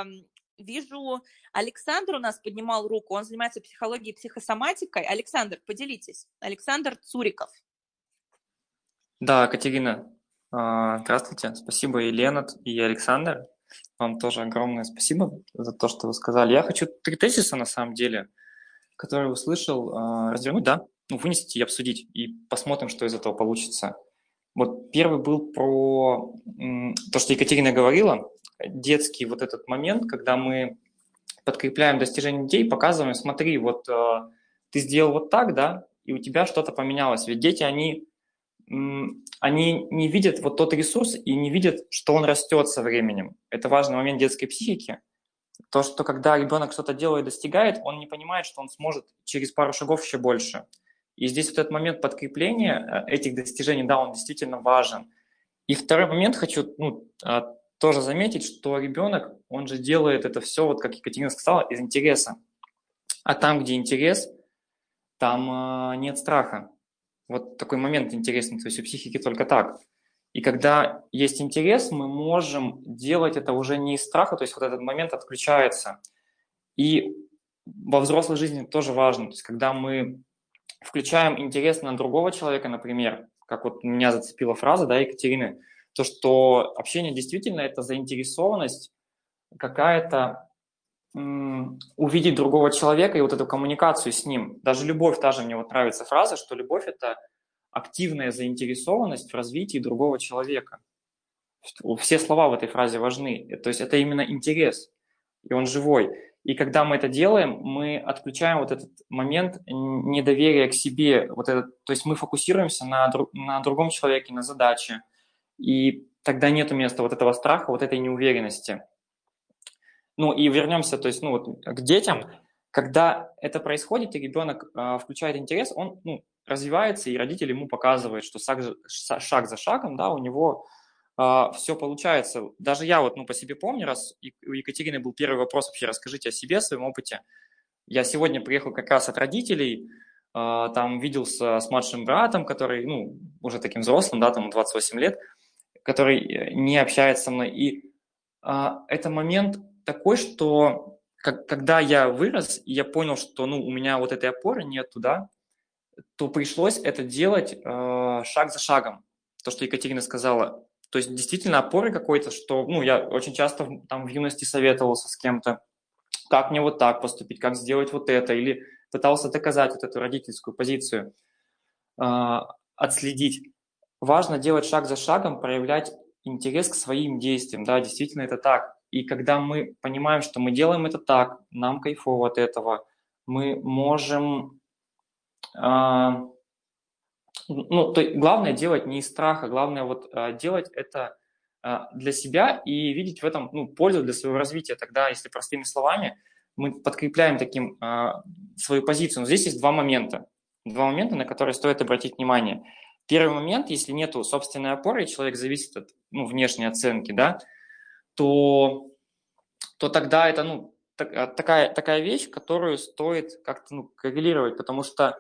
Вижу, Александр у нас поднимал руку, он занимается психологией и психосоматикой. Александр, поделитесь. Александр Цуриков. Да, Катерина, здравствуйте. Спасибо, Елена и Александр. Вам тоже огромное спасибо за то, что вы сказали. Я хочу три тезиса, на самом деле, которые услышал, развернуть, да, ну, вынести и обсудить, и посмотрим, что из этого получится. Вот первый был про то, что Екатерина говорила, детский вот этот момент, когда мы подкрепляем достижения детей, показываем, смотри, вот ты сделал вот так, да, и у тебя что-то поменялось. Ведь дети, они... они не видят вот тот ресурс и не видят, что он растет со временем. Это важный момент детской психики. То, что когда ребенок что-то делает, достигает, он не понимает, что он сможет через пару шагов еще больше. И здесь вот этот момент подкрепления этих достижений, да, он действительно важен. И второй момент хочу ну, тоже заметить, что ребенок, он же делает это все, вот как Екатерина сказала, из интереса. А там, где интерес, там нет страха. Вот такой момент интересный, то есть у психики только так. И когда есть интерес, мы можем делать это уже не из страха, то есть вот этот момент отключается. И во взрослой жизни тоже важно, то есть когда мы включаем интерес на другого человека, например, как вот меня зацепила фраза, да, Екатерины, то, что общение действительно это заинтересованность какая-то, увидеть другого человека и вот эту коммуникацию с ним. Даже любовь, та же мне вот нравится фраза, что любовь – это активная заинтересованность в развитии другого человека. Все слова в этой фразе важны. То есть это именно интерес, и он живой. И когда мы это делаем, мы отключаем вот этот момент недоверия к себе. Вот этот, то есть мы фокусируемся на, друг, на другом человеке, на задаче. И тогда нет места вот этого страха, вот этой неуверенности. Ну и вернемся, то есть, ну, вот, к детям. Когда это происходит, и ребенок э, включает интерес, он ну, развивается, и родитель ему показывает, что шаг, шаг за шагом, да, у него э, все получается. Даже я вот ну, по себе помню, раз у Екатерины был первый вопрос, вообще расскажите о себе, о своем опыте. Я сегодня приехал как раз от родителей, э, там виделся с младшим братом, который, ну, уже таким взрослым, да, там двадцать восемь лет, который не общается со мной. И э, это момент такой, что как, когда я вырос, и я понял, что ну, у меня вот этой опоры нету, да, то пришлось это делать э, шаг за шагом. То, что Екатерина сказала. То есть действительно опоры какой-то, что ну, я очень часто там в юности советовался с кем-то, как мне вот так поступить, как сделать вот это, или пытался доказать вот эту родительскую позицию, э, отследить. Важно делать шаг за шагом, проявлять интерес к своим действиям. Да, действительно это так. И когда мы понимаем, что мы делаем это так, нам кайфово от этого, мы можем... Э, ну, то есть главное делать не из страха, главное вот э, делать это э, для себя и видеть в этом ну, пользу для своего развития. Тогда, если простыми словами, мы подкрепляем таким э, свою позицию. Но здесь есть два момента. Два момента, на которые стоит обратить внимание. Первый момент, если нет собственной опоры, и человек зависит от ну, внешней оценки, да, то, то тогда это ну, так, такая, такая вещь, которую стоит как-то ну, коррелировать, потому что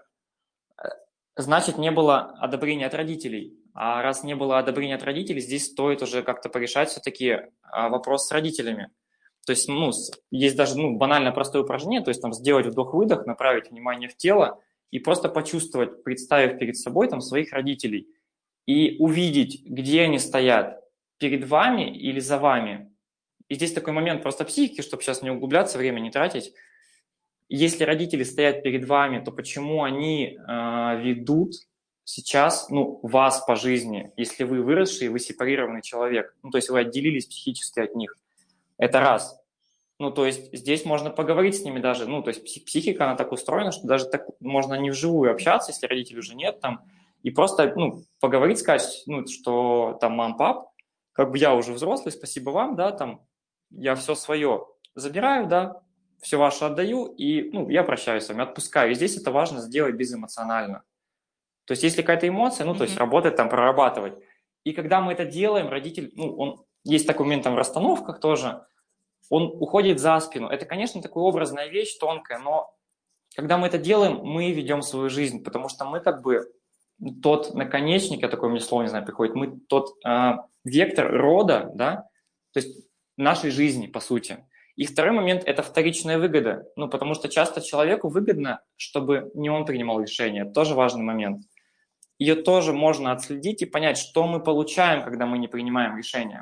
значит, не было одобрения от родителей. А раз не было одобрения от родителей, здесь стоит уже как-то порешать все-таки вопрос с родителями. То есть, ну, есть даже ну, банально простое упражнение, то есть там сделать вдох-выдох, направить внимание в тело и просто почувствовать, представив перед собой там своих родителей и увидеть, где они стоят, перед вами или за вами. И здесь такой момент просто психики, чтобы сейчас не углубляться, время не тратить. Если родители стоят перед вами, то почему они э, ведут сейчас ну, вас по жизни, если вы выросший, вы сепарированный человек, ну, то есть вы отделились психически от них. Это раз. Ну, то есть здесь можно поговорить с ними даже, ну, то есть психика, она так устроена, что даже так можно не вживую общаться, если родителей уже нет там, и просто, ну, поговорить, сказать, ну, что там мам, пап, как бы я уже взрослый, спасибо вам, да, там, я все свое забираю, да, все ваше отдаю, и ну, я прощаюсь с вами, отпускаю. И здесь это важно сделать безэмоционально. То есть если какая-то эмоция, ну, mm-hmm. то есть работать там, прорабатывать. И когда мы это делаем, родитель, ну, он, есть такой момент там в расстановках тоже, он уходит за спину. Это, конечно, такая образная вещь, тонкая, но когда мы это делаем, мы ведем свою жизнь, потому что мы как бы тот наконечник, я такое мне слово не знаю, приходит, мы тот э, вектор рода, да, то есть нашей жизни, по сути. И второй момент – это вторичная выгода, ну, потому что часто человеку выгодно, чтобы не он принимал решение. Это тоже важный момент. Ее тоже можно отследить и понять, что мы получаем, когда мы не принимаем решения.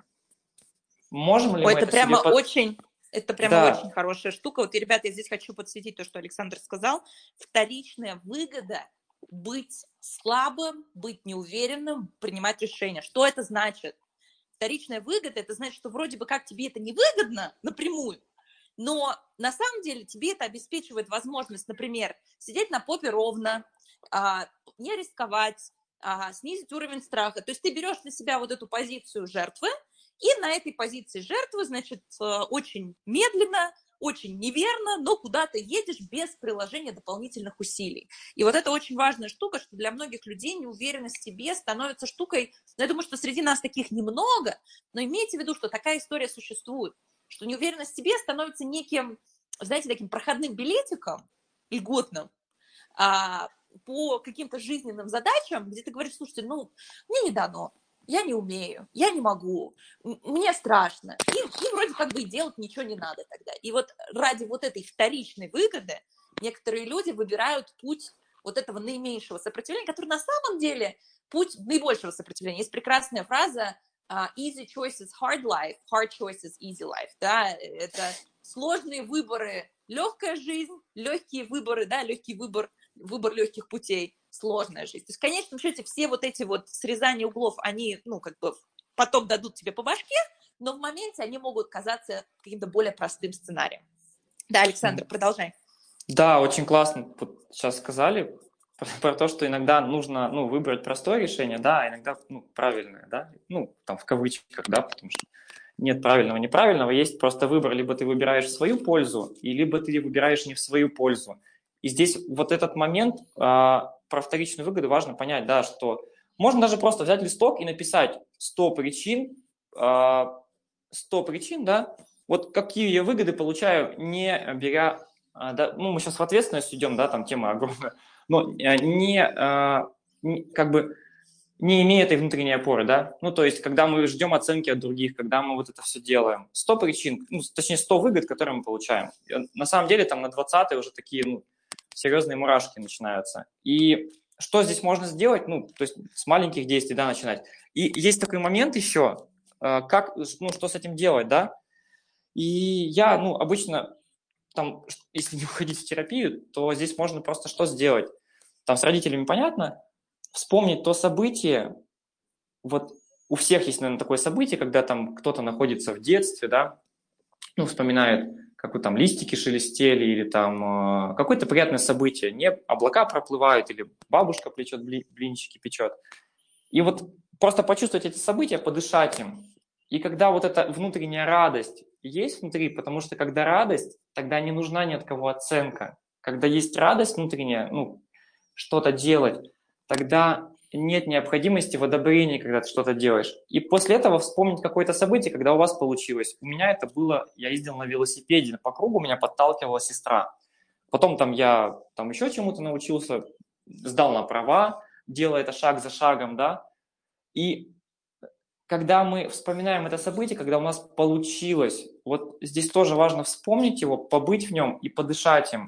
Можем ли Ой, мы это, это прямо себе... очень, это прямо да. очень хорошая штука. Вот, и, ребята, я здесь хочу подсветить то, что Александр сказал. Вторичная выгода – быть слабым, быть неуверенным, принимать решения. Что это значит? Вторичная выгода – это значит, что вроде бы как тебе это не выгодно напрямую, но на самом деле тебе это обеспечивает возможность, например, сидеть на попе ровно, не рисковать, снизить уровень страха. То есть ты берешь на себя вот эту позицию жертвы, и на этой позиции жертвы, значит, очень медленно, очень неверно, но куда-то едешь без приложения дополнительных усилий. И вот это очень важная штука, что для многих людей неуверенность в себе становится штукой, но я думаю, что среди нас таких немного, но имейте в виду, что такая история существует, что неуверенность в себе становится неким, знаете, таким проходным билетиком льготным а, по каким-то жизненным задачам, где ты говоришь, слушайте, ну, мне не дано, я не умею, я не могу, мне страшно. И, и вроде как бы и делать ничего не надо тогда. И вот ради вот этой вторичной выгоды некоторые люди выбирают путь вот этого наименьшего сопротивления, который на самом деле путь наибольшего сопротивления. Есть прекрасная фраза uh, easy choices, hard life, hard choices, easy life. Да? Это сложные выборы, легкая жизнь, легкие выборы, да, легкий выбор, выбор легких путей. Сложная жизнь. То есть в конечном счете все вот эти вот срезания углов, они, ну, как бы потом дадут тебе по башке, но в моменте они могут казаться каким-то более простым сценарием. Да, Александр, продолжай. Да, очень классно вот сейчас сказали про, про то, что иногда нужно, ну, выбрать простое решение, да, а иногда, ну, правильное, да, ну, там, в кавычках, да, потому что нет правильного, неправильного, есть просто выбор, либо ты выбираешь в свою пользу, и либо ты выбираешь не в свою пользу. И здесь вот этот момент а, про вторичную выгоду важно понять, да, что можно даже просто взять листок и написать сто причин, а, сто причин, да, вот какие я выгоды получаю, не беря, а, да, ну, мы сейчас в ответственность идем, да, там тема огромная, но не, а, не как бы не имея этой внутренней опоры, да, ну, то есть, когда мы ждем оценки от других, когда мы вот это все делаем, сто причин, ну, точнее, сто выгод, которые мы получаем. И на самом деле, там, на двадцатой уже такие, ну, серьезные мурашки начинаются. И что здесь можно сделать? Ну, то есть, с маленьких действий, да, начинать. И есть такой момент еще, как, ну, что с этим делать, да, и я, ну, обычно, там, если не уходить в терапию, то здесь можно просто что сделать? Там с родителями понятно, вспомнить то событие, вот у всех есть, наверное, такое событие, когда там кто-то находится в детстве, да, ну, вспоминает, как вот там листики шелестели, или там э, какое-то приятное событие, не облака проплывают, или бабушка плечет, блинчики печет. И вот просто почувствовать эти события, подышать им. И когда вот эта внутренняя радость есть внутри, потому что когда радость, тогда не нужна ни от кого оценка. Когда есть радость внутренняя, ну, что-то делать, тогда нет необходимости в одобрении, когда ты что-то делаешь. И после этого вспомнить какое-то событие, когда у вас получилось. У меня это было, я ездил на велосипеде, по кругу меня подталкивала сестра. Потом там я там еще чему-то научился, сдал на права, делая это шаг за шагом, да. И когда мы вспоминаем это событие, когда у нас получилось, вот здесь тоже важно вспомнить его, побыть в нем и подышать им.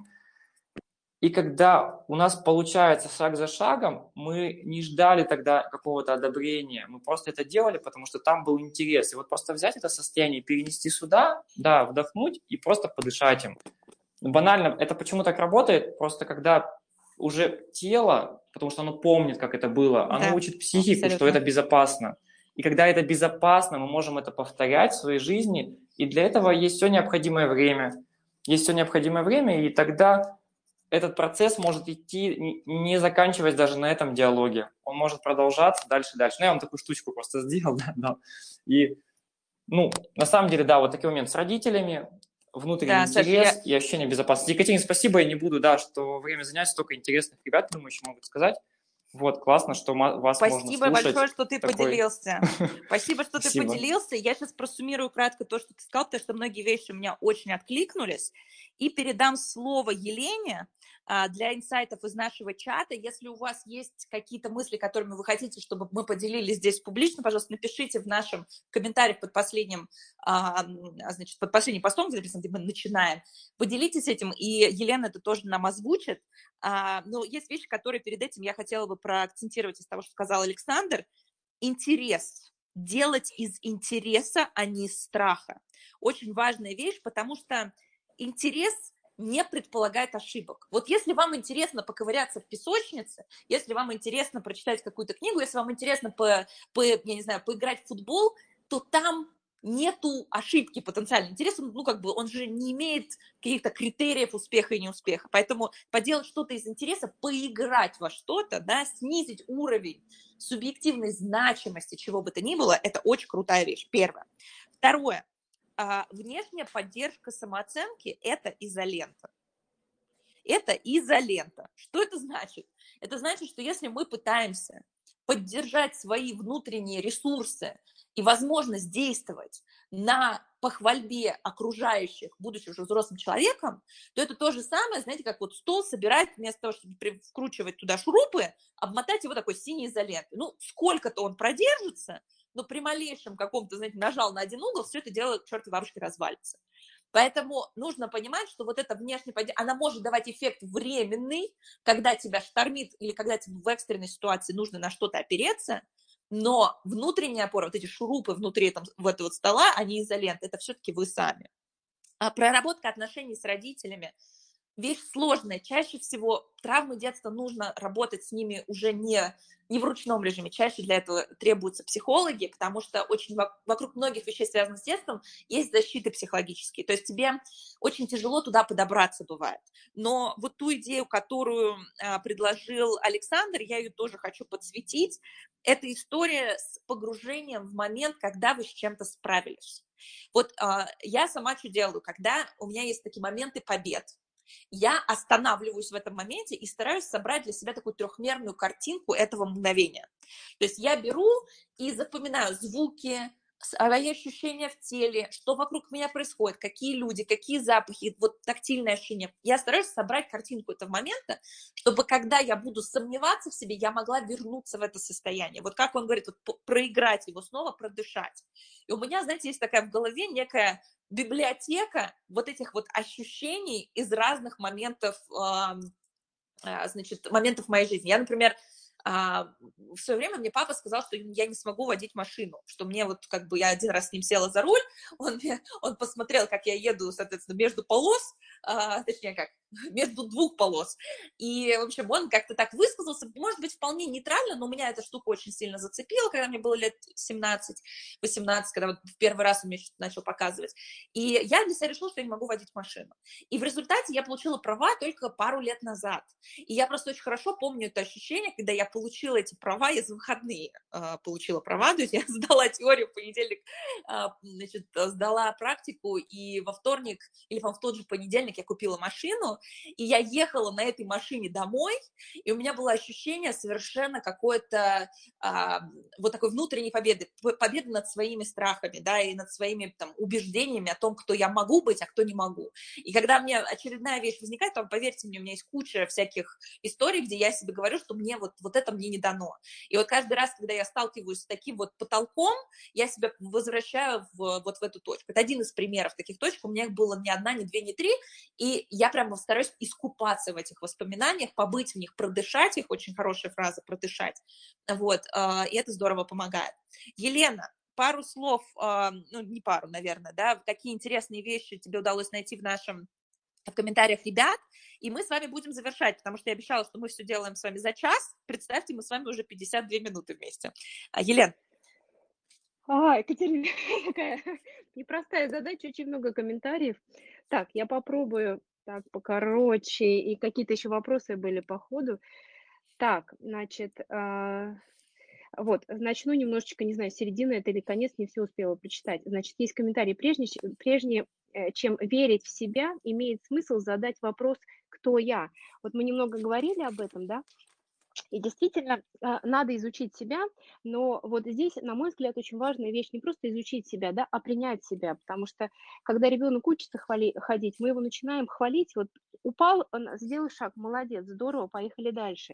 И когда у нас получается шаг за шагом, мы не ждали тогда какого-то одобрения, мы просто это делали, потому что там был интерес. И вот просто взять это состояние, перенести сюда, да, вдохнуть и просто подышать им. Банально, это почему так работает? Просто когда уже тело, потому что оно помнит, как это было, оно Да, учит психику, абсолютно. что это безопасно. И когда это безопасно, мы можем это повторять в своей жизни, и для этого есть все необходимое время. Есть все необходимое время, и тогда этот процесс может идти, не заканчиваясь даже на этом диалоге. Он может продолжаться дальше и дальше. Ну, я вам такую штучку просто сделал, да, да. И, ну, на самом деле, да, вот такой момент с родителями, внутренний Да, Саша, интерес я- и ощущение безопасности. Екатерина, спасибо, я не буду, да, что во время занятий столько интересных ребят, думаю, еще могут сказать. Вот, классно, что ма- вас можно Спасибо слушать. большое, что ты Такой- поделился. Спасибо, что ты Спасибо. поделился. Я сейчас просуммирую кратко то, что ты сказал, потому что многие вещи у меня очень откликнулись. И передам слово Елене а, для инсайтов из нашего чата. Если у вас есть какие-то мысли, которыми вы хотите, чтобы мы поделились здесь публично, пожалуйста, напишите в нашем комментариях под последним, а, значит, под последним постом, где написано, где мы начинаем. Поделитесь этим, и Елена это тоже нам озвучит. А, но есть вещи, которые перед этим я хотела бы проакцентировать из того, что сказал Александр. Интерес. Делать из интереса, а не из страха. Очень важная вещь, потому что интерес не предполагает ошибок. Вот если вам интересно поковыряться в песочнице, если вам интересно прочитать какую-то книгу, если вам интересно по, по, я не знаю, поиграть в футбол, то там нету ошибки потенциального интереса, ну, как бы он же не имеет каких-то критериев успеха и неуспеха. Поэтому поделать что-то из интереса, поиграть во что-то, да, снизить уровень субъективной значимости чего бы то ни было, это очень крутая вещь, первое. Второе. Внешняя поддержка самооценки – это изолента. Это изолента. Что это значит? Это значит, что если мы пытаемся поддержать свои внутренние ресурсы и возможность действовать на похвальбе окружающих, будучи уже взрослым человеком, то это то же самое, знаете, как вот стол собирать, вместо того, чтобы вкручивать туда шурупы, обмотать его такой синей изолентой. Ну, сколько-то он продержится, но при малейшем каком-то, знаете, нажал на один угол, все это дело к чертовой бабушке развалится. Поэтому нужно понимать, что вот эта внешняя поддержка, она может давать эффект временный, когда тебя штормит или когда тебе в экстренной ситуации нужно на что-то опереться, но внутренняя опора, вот эти шурупы внутри там, в этого стола, они изоленты, это все-таки вы сами. А проработка отношений с родителями – вещь сложная. Чаще всего травмы детства нужно работать с ними уже не, не в ручном режиме. Чаще для этого требуются психологи, потому что очень вокруг многих вещей, связанных с детством, есть защиты психологические. То есть тебе очень тяжело туда подобраться бывает. Но вот ту идею, которую а, предложил Александр, я ее тоже хочу подсветить. Это история с погружением в момент, когда вы с чем-то справились. Вот а, я сама что делаю, когда у меня есть такие моменты побед. Я останавливаюсь в этом моменте и стараюсь собрать для себя такую трехмерную картинку этого мгновения. То есть я беру и запоминаю звуки, свои ощущения в теле, что вокруг меня происходит, какие люди, какие запахи, вот тактильное ощущение. Я стараюсь собрать картинку этого момента, чтобы когда я буду сомневаться в себе, я могла вернуться в это состояние. Вот как он говорит, вот проиграть его снова, продышать. И у меня, знаете, есть такая в голове некая библиотека вот этих вот ощущений из разных моментов, значит, моментов моей жизни. Я, например, А, в свое время мне папа сказал, что я не смогу водить машину, что мне вот как бы я один раз с ним села за руль, он, мне, он посмотрел, как я еду, соответственно, между полос, а, точнее как, между двух полос, и, в общем, он как-то так высказался, может быть, вполне нейтрально, но меня эта штука очень сильно зацепила, когда мне было лет семнадцать-восемнадцать, когда вот в первый раз он мне что-то начал показывать, и я для себя решила, что я не могу водить машину, и в результате я получила права только пару лет назад, и я просто очень хорошо помню это ощущение, когда я получила эти права, я за выходные э, получила права, то есть я сдала теорию в понедельник, э, значит, сдала практику, и во вторник, или в тот же понедельник я купила машину, и я ехала на этой машине домой, и у меня было ощущение совершенно какой-то э, вот такой внутренней победы, победы над своими страхами, да, и над своими там убеждениями о том, кто я могу быть, а кто не могу. И когда мне очередная вещь возникает, то, поверьте мне, у меня есть куча всяких историй, где я себе говорю, что мне вот, вот это мне не дано. И вот каждый раз, когда я сталкиваюсь с таким вот потолком, я себя возвращаю в, вот в эту точку. Это один из примеров таких точек. У меня их было ни одна, ни две, ни три. И я прямо стараюсь искупаться в этих воспоминаниях, побыть в них, продышать их. Очень хорошая фраза «продышать». Вот. И это здорово помогает. Елена, пару слов, ну, не пару, наверное, да, какие интересные вещи тебе удалось найти в нашем в комментариях ребят, и мы с вами будем завершать, потому что я обещала, что мы все делаем с вами за час. Представьте, мы с вами уже пятьдесят две минуты вместе. А, Елена. А, Екатерина, такая непростая задача, очень много комментариев. Так, я попробую так покороче, и какие-то еще вопросы были по ходу. Так, значит, а, вот, начну немножечко, не знаю, середина это или конец, не все успела прочитать. Значит, есть комментарий. Прежде, прежде чем верить в себя, имеет смысл задать вопрос «Кто я?». Вот мы немного говорили об этом, да? И действительно, надо изучить себя, но вот здесь, на мой взгляд, очень важная вещь не просто изучить себя, да, а принять себя, потому что когда ребенок учится хвали, ходить, мы его начинаем хвалить, вот упал, он сделал шаг, молодец, здорово, поехали дальше.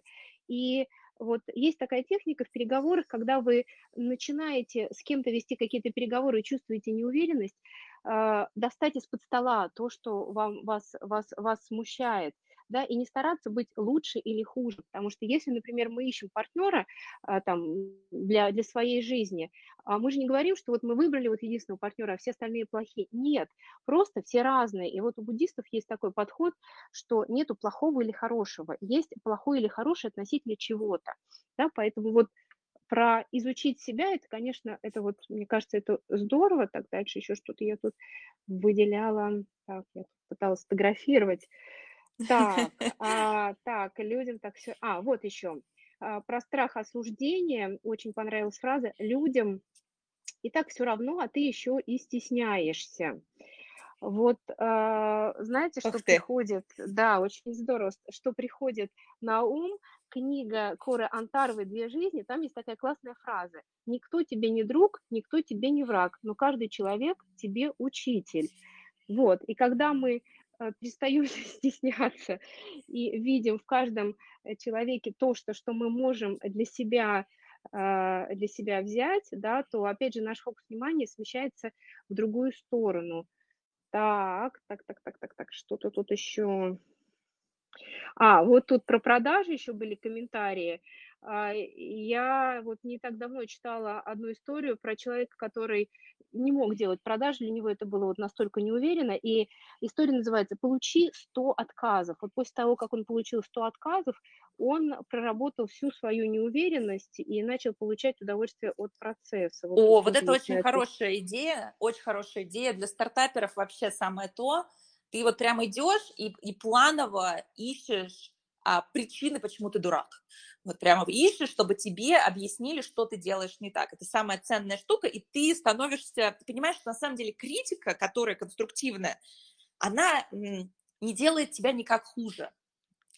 И вот есть такая техника в переговорах, когда вы начинаете с кем-то вести какие-то переговоры и чувствуете неуверенность, достать из-под стола то, что вам, вас, вас, вас смущает, да, и не стараться быть лучше или хуже, потому что если, например, мы ищем партнера а, там, для, для своей жизни, а мы же не говорим, что вот мы выбрали вот единственного партнера, а все остальные плохие. Нет, просто все разные. И вот у буддистов есть такой подход, что нету плохого или хорошего, есть плохое или хорошее относительно чего-то, да, поэтому вот про изучить себя, это, конечно, это вот, мне кажется, это здорово. Так, дальше еще что-то я тут выделяла. Так, я пыталась сфотографировать. Так, а, так, людям так все. А, вот еще. А, про страх осуждения. Очень понравилась фраза. Людям и так все равно, а ты еще и стесняешься. Вот, а, знаете, что приходит, да, очень здорово, что приходит на ум, книга Коры Антаровой «Две жизни», там есть такая классная фраза: «Никто тебе не друг, никто тебе не враг, но каждый человек тебе учитель». Вот, и когда мы перестаем стесняться и видим в каждом человеке то, что, что мы можем для себя, для себя взять, да, то, опять же, наш фокус внимания смещается в другую сторону. Так, так, так, так, так, так, что-то тут еще. А, вот тут про продажи еще были комментарии. Я вот не так давно читала одну историю про человека, который не мог делать продажи, для него это было вот настолько неуверенно, и история называется «Получи сто отказов». Вот после того, как он получил сто отказов, он проработал всю свою неуверенность и начал получать удовольствие от процесса. Вот О, вот это очень это... хорошая идея, очень хорошая идея. Для стартаперов вообще самое то. Ты вот прям идешь и, и планово ищешь а, причины, почему ты дурак. Вот прямо ищешь, чтобы тебе объяснили, что ты делаешь не так. Это самая ценная штука, и ты становишься... Ты понимаешь, что на самом деле критика, которая конструктивная, она не делает тебя никак хуже.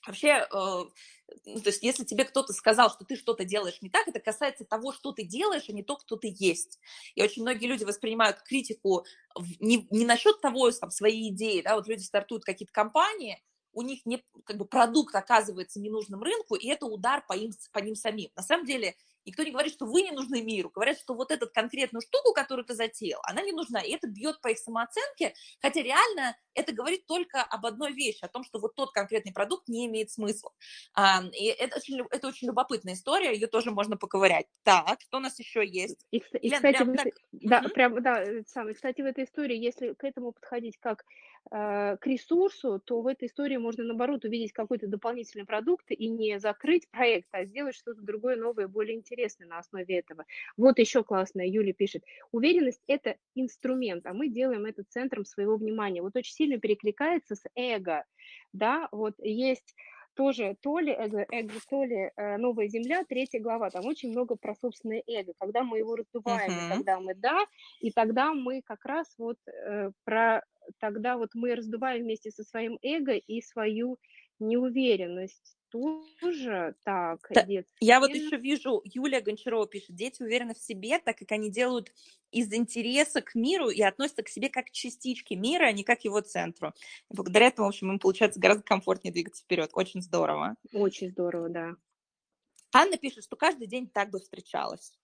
Вообще, э, ну, то есть если тебе кто-то сказал, что ты что-то делаешь не так, это касается того, что ты делаешь, а не то, кто ты есть. И очень многие люди воспринимают критику не, не насчет того, там, своей идеи, да, вот люди стартуют какие-то компании, у них не, как бы продукт оказывается ненужным рынку, и это удар по, им, по ним самим. На самом деле никто не говорит, что вы не нужны миру, говорят, что вот эту конкретную штуку, которую ты затеял, она не нужна, и это бьет по их самооценке, хотя реально это говорит только об одной вещи, о том, что вот тот конкретный продукт не имеет смысла. И это очень, это очень любопытная история, ее тоже можно поковырять. Так, что у нас еще есть? И, и Елена, кстати, прям в так... этой, да, Угу. прям, да, самое, кстати, в этой истории, если к этому подходить как э, к ресурсу, то в этой истории можно, наоборот, увидеть какой-то дополнительный продукт и не закрыть проект, а сделать что-то другое, новое, более интересное на основе этого. Вот еще классная, Юля пишет, уверенность – это инструмент, а мы делаем это центром своего внимания. Вот очень сильно перекликается с эго, да, вот есть... Тоже то ли эго, эго, то ли э, новая земля, третья глава, там очень много про собственное эго, когда мы его раздуваем, Угу. и когда мы да, и тогда мы как раз вот э, про, тогда вот мы раздуваем вместе со своим эго и свою неуверенность тоже, так, детский. Я вот еще вижу, Юлия Гончарова пишет, дети уверены в себе, так как они делают из интереса к миру и относятся к себе как к частичке мира, а не как к его центру. И благодаря этому, в общем, им получается гораздо комфортнее двигаться вперед. Очень здорово. Очень здорово, да. Анна пишет, что каждый день так бы встречалась.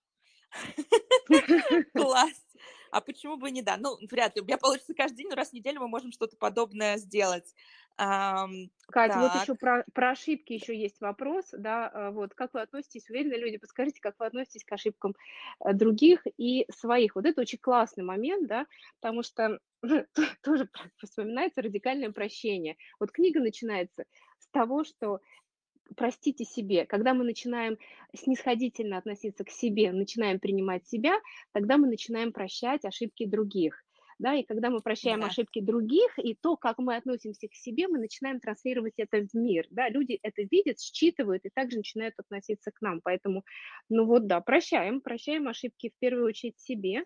Класс. А почему бы не да? Ну, вряд ли. У меня получится каждый день, но раз в неделю мы можем что-то подобное сделать. Um, Кать, так. вот еще про, про ошибки еще есть вопрос, да, вот как вы относитесь, уверенные люди, подскажите, как вы относитесь к ошибкам других и своих. Вот это очень классный момент, да, потому что тоже вспоминается радикальное прощение. Вот книга начинается с того, что простите себе. Когда мы начинаем снисходительно относиться к себе, начинаем принимать себя, тогда мы начинаем прощать ошибки других. Да, и когда мы прощаем да. ошибки других, и то, как мы относимся к себе, мы начинаем транслировать это в мир. Да, люди это видят, считывают и также начинают относиться к нам. Поэтому, ну вот да, прощаем, прощаем ошибки в первую очередь себе.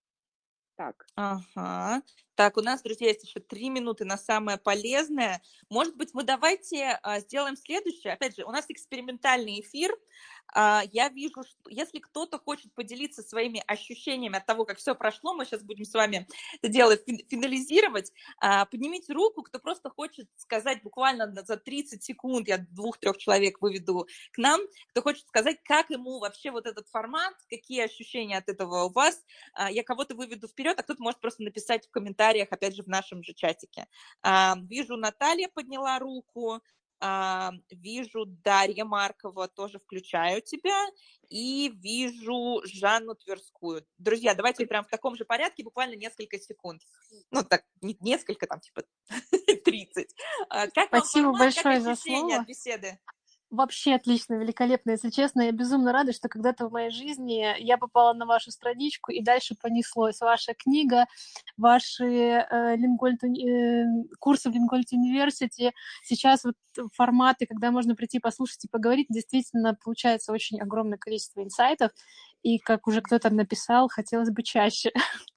Так. Ага. Так, у нас, друзья, есть еще три минуты на самое полезное. Может быть, мы давайте а, сделаем следующее. Опять же, у нас экспериментальный эфир. А, я вижу, что если кто-то хочет поделиться своими ощущениями от того, как все прошло, мы сейчас будем с вами это дело финализировать. А, поднимите руку, кто просто хочет сказать буквально за тридцать секунд, я двух-трех человек выведу к нам, кто хочет сказать, как ему вообще вот этот формат, какие ощущения от этого у вас. А, я кого-то выведу вперед, а кто-то может просто написать в комментариях, опять же, в нашем же чатике. А, вижу, Наталья подняла руку, а, вижу, Дарья Маркова, тоже включаю тебя, и вижу Жанну Тверскую. Друзья, давайте прям в таком же порядке, буквально несколько секунд. Ну, так, не несколько, там, типа тридцать. Как Спасибо вам формат, большое как за ощущения слово. от беседы? Вообще отлично, великолепно. Если честно, я безумно рада, что когда-то в моей жизни я попала на вашу страничку, и дальше понеслось. Ваша книга, ваши э, Лингольд, э, курсы в Лингольд Университи. Сейчас вот форматы, когда можно прийти послушать и поговорить, действительно получается очень огромное количество инсайтов. И, как уже кто-то написал, хотелось бы чаще.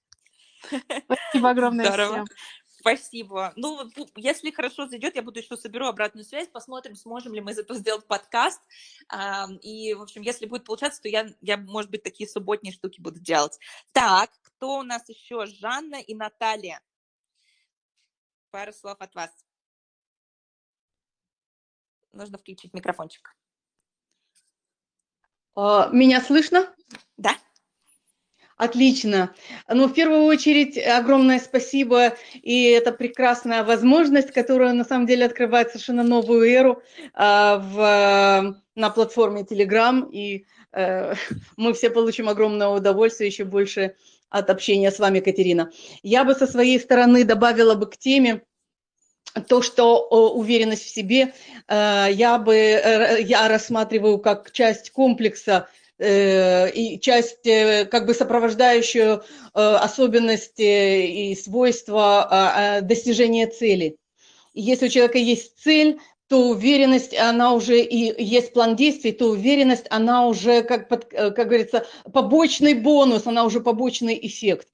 Спасибо огромное всем. Спасибо. Ну, если хорошо зайдет, я буду еще соберу обратную связь, посмотрим, сможем ли мы из этого сделать подкаст. И, в общем, если будет получаться, то я, я, может быть, такие субботние штуки буду делать. Так, кто у нас еще? Жанна и Наталья. Пару слов от вас. Нужно включить микрофончик. Меня слышно? Да. Отлично. Ну, в первую очередь, огромное спасибо, и это прекрасная возможность, которая на самом деле открывает совершенно новую эру а, в, на платформе Telegram, и а, мы все получим огромное удовольствие еще больше от общения с вами, Катерина. Я бы со своей стороны добавила бы к теме то, что уверенность в себе я бы я рассматриваю как часть комплекса и часть, как бы, сопровождающую особенности и свойства достижения цели. И если у человека есть цель, то уверенность, она уже, и есть план действий, то уверенность, она уже, как, как говорится, побочный бонус, она уже побочный эффект.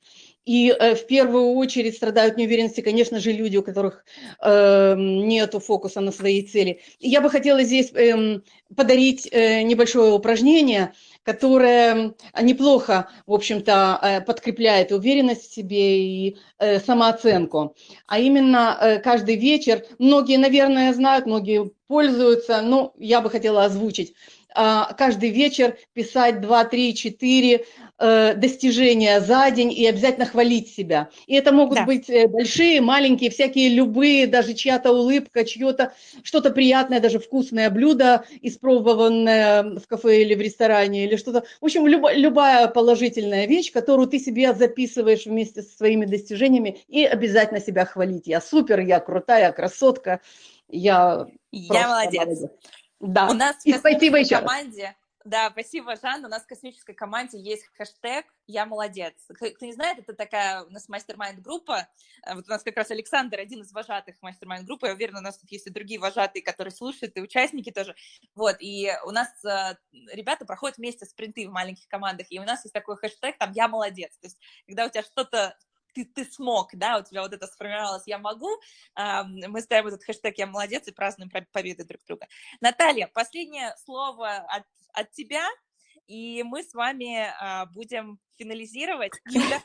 И э, в первую очередь страдают неуверенностью, конечно же, люди, у которых э, нет фокуса на своей цели. И я бы хотела здесь э, подарить э, небольшое упражнение, которое неплохо, в общем-то, э, подкрепляет уверенность в себе и э, самооценку. А именно э, каждый вечер, многие, наверное, знают, многие пользуются, но я бы хотела озвучить. Э, каждый вечер писать два, три, четыре достижения за день и обязательно хвалить себя. И это могут Да. быть большие, маленькие, всякие, любые, даже чья-то улыбка, чье-то что-то приятное, даже вкусное блюдо, испробованное в кафе или в ресторане, или что-то. В общем, люб, любая положительная вещь, которую ты себе записываешь вместе со своими достижениями, и обязательно себя хвалить. Я супер, я крутая, красотка, я, я молодец. молодец. Да. У нас в и спасибо еще команде... Раз. Да, спасибо, Жанна. У нас в космической команде есть хэштег «Я молодец». Кто не знает, это такая у нас мастер-майнд-группа. Вот у нас как раз Александр, один из вожатых мастер-майнд-группы. Я уверена, у нас тут есть и другие вожатые, которые слушают, и участники тоже. Вот, и у нас э, ребята проходят вместе спринты в маленьких командах, и у нас есть такой хэштег, там «Я молодец». То есть, когда у тебя что-то Ты, ты смог, да, у тебя вот это сформировалось «я могу», мы ставим этот хэштег «я молодец» и празднуем победы друг друга. Наталья, последнее слово от, от тебя, и мы с вами будем финализировать. Юля?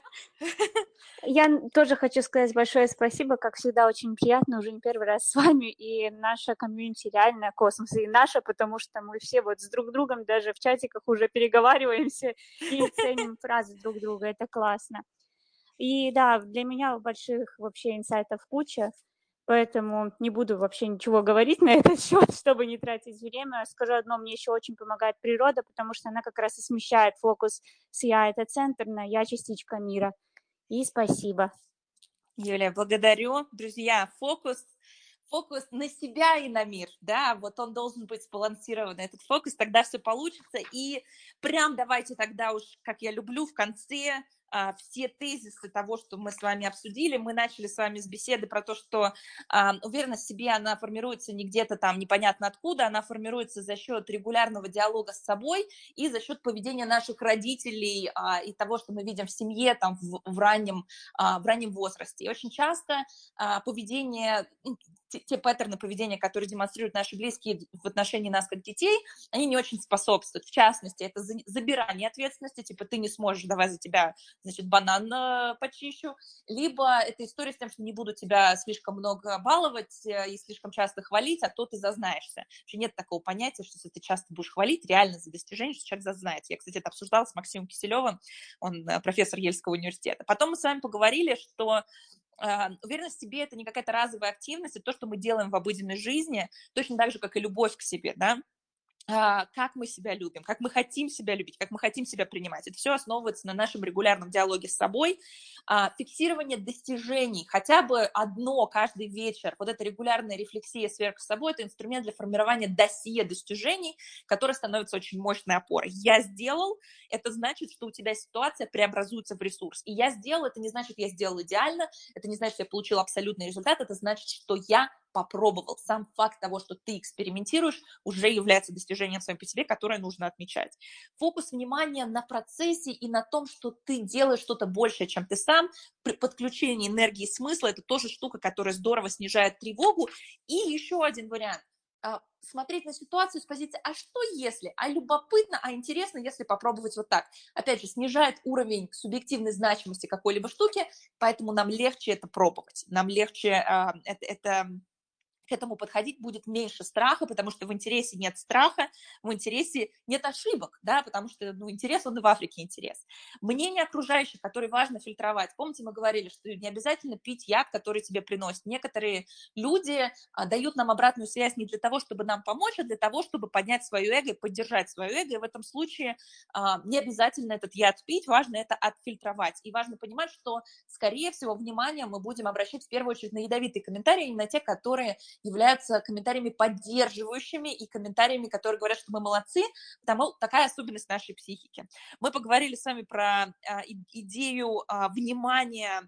Я тоже хочу сказать большое спасибо, как всегда, очень приятно, уже не первый раз с вами, и наша комьюнити реально космос, и наша, потому что мы все вот с друг другом даже в чатиках уже переговариваемся и ценим фразы друг друга, это классно. И да, для меня больших вообще инсайтов куча, поэтому не буду вообще ничего говорить на этот счет, чтобы не тратить время. Скажу одно, мне еще очень помогает природа, потому что она как раз и смещает фокус с «я» — это центр, на «я» — частичка мира. И спасибо. Юлия, благодарю. Друзья, фокус... фокус на себя и на мир, да, вот он должен быть сбалансированный, этот фокус, тогда все получится, и прям давайте тогда уж, как я люблю, в конце а, все тезисы того, что мы с вами обсудили, мы начали с вами с беседы про то, что а, уверенность в себе, она формируется не где-то там непонятно откуда, она формируется за счет регулярного диалога с собой и за счет поведения наших родителей а, и того, что мы видим в семье там в, в, раннем, а, в раннем возрасте, и очень часто а, поведение... те паттерны поведения, которые демонстрируют наши близкие в отношении нас как детей, они не очень способствуют. В частности, это забирание ответственности, типа ты не сможешь, давай за тебя, значит, банан почищу, либо это история с тем, что не буду тебя слишком много баловать и слишком часто хвалить, а то ты зазнаешься. Вообще нет такого понятия, что если ты часто будешь хвалить реально за достижение, что человек зазнается. Я, кстати, это обсуждала с Максимом Киселевым, он профессор Ельского университета. Потом мы с вами поговорили, что уверенность в себе – это не какая-то разовая активность, это то, что мы делаем в обыденной жизни, точно так же, как и любовь к себе, да, как мы себя любим, как мы хотим себя любить, как мы хотим себя принимать. Это все основывается на нашем регулярном диалоге с собой. Фиксирование достижений, хотя бы одно каждый вечер, вот эта регулярная рефлексия сверху собой, это инструмент для формирования досье достижений, который становится очень мощной опорой. Я сделал, это значит, что у тебя ситуация преобразуется в ресурс. И я сделал, это не значит, я сделал идеально, это не значит, что я получил абсолютный результат, это значит, что я попробовал. Сам факт того, что ты экспериментируешь, уже является достижением своим по себе, которое нужно отмечать. Фокус внимания на процессе и на том, что ты делаешь что-то большее, чем ты сам. При подключении энергии и смысла – это тоже штука, которая здорово снижает тревогу. И еще один вариант. Смотреть на ситуацию с позиции «а что если?», «а любопытно?», «а интересно, если попробовать вот так?». Опять же, снижает уровень субъективной значимости какой-либо штуки, поэтому нам легче это пробовать, нам легче э, это, это, к этому подходить будет меньше страха, потому что в интересе нет страха, в интересе нет ошибок, да, потому что ну, интерес, он и в Африке интерес. Мнение окружающих, которые важно фильтровать. Помните, мы говорили, что не обязательно пить яд, который тебе приносит. Некоторые люди а, дают нам обратную связь не для того, чтобы нам помочь, а для того, чтобы поднять свое эго и поддержать свое эго. И в этом случае а, не обязательно этот яд пить, важно это отфильтровать. И важно понимать, что, скорее всего, внимание мы будем обращать в первую очередь на ядовитые комментарии, не на те, которые являются комментариями поддерживающими и комментариями, которые говорят, что мы молодцы, потому такая особенность нашей психики. Мы поговорили с вами про а, идею а, внимания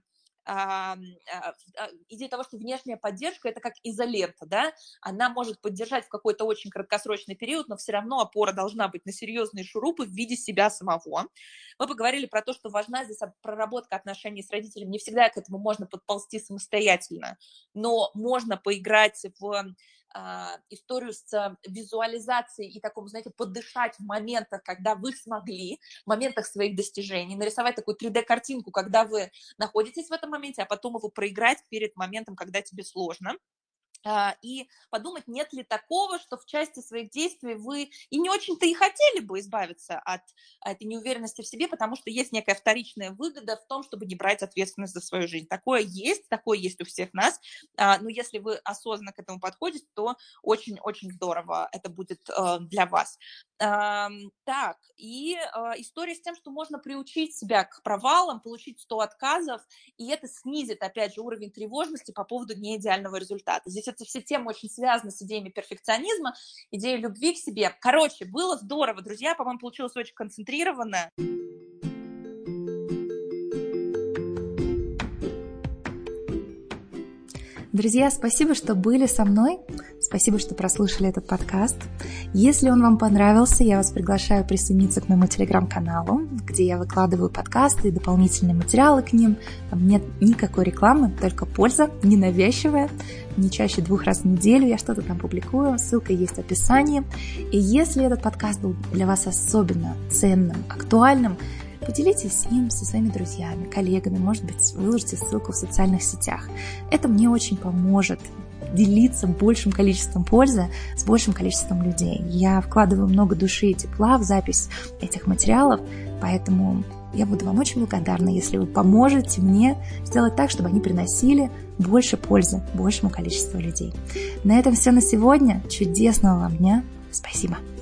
а, а, идея того, что внешняя поддержка – это как изолента, да, она может поддержать в какой-то очень краткосрочный период, но все равно опора должна быть на серьезные шурупы в виде себя самого. Мы поговорили про то, что важна здесь проработка отношений с родителями. Не всегда к этому можно подползти самостоятельно, но можно поиграть в историю с визуализацией и таком, знаете, подышать в моментах, когда вы смогли, в моментах своих достижений, нарисовать такую три дэ-картинку, когда вы находитесь в этом моменте, а потом его проиграть перед моментом, когда тебе сложно. И подумать, нет ли такого, что в части своих действий вы и не очень-то и хотели бы избавиться от этой неуверенности в себе, потому что есть некая вторичная выгода в том, чтобы не брать ответственность за свою жизнь. Такое есть, такое есть у всех нас, но если вы осознанно к этому подходите, то очень-очень здорово это будет для вас. Так, и история с тем, что можно приучить себя к провалам, получить сто отказов, и это снизит, опять же, уровень тревожности по поводу неидеального результата. Здесь это все темы очень связаны с идеями перфекционизма, идеей любви к себе. Короче, было здорово, друзья, по-моему, получилось очень концентрированно. Друзья, спасибо, что были со мной. Спасибо, что прослушали этот подкаст. Если он вам понравился, я вас приглашаю присоединиться к моему телеграм-каналу, где я выкладываю подкасты и дополнительные материалы к ним. Там нет никакой рекламы, только польза, ненавязчивая. Не чаще двух раз в неделю я что-то там публикую. Ссылка есть в описании. И если этот подкаст был для вас особенно ценным, актуальным, поделитесь им со своими друзьями, коллегами, может быть, выложите ссылку в социальных сетях. Это мне очень поможет делиться большим количеством пользы с большим количеством людей. Я вкладываю много души и тепла в запись этих материалов, поэтому я буду вам очень благодарна, если вы поможете мне сделать так, чтобы они приносили больше пользы большему количеству людей. На этом все на сегодня. Чудесного вам дня. Спасибо.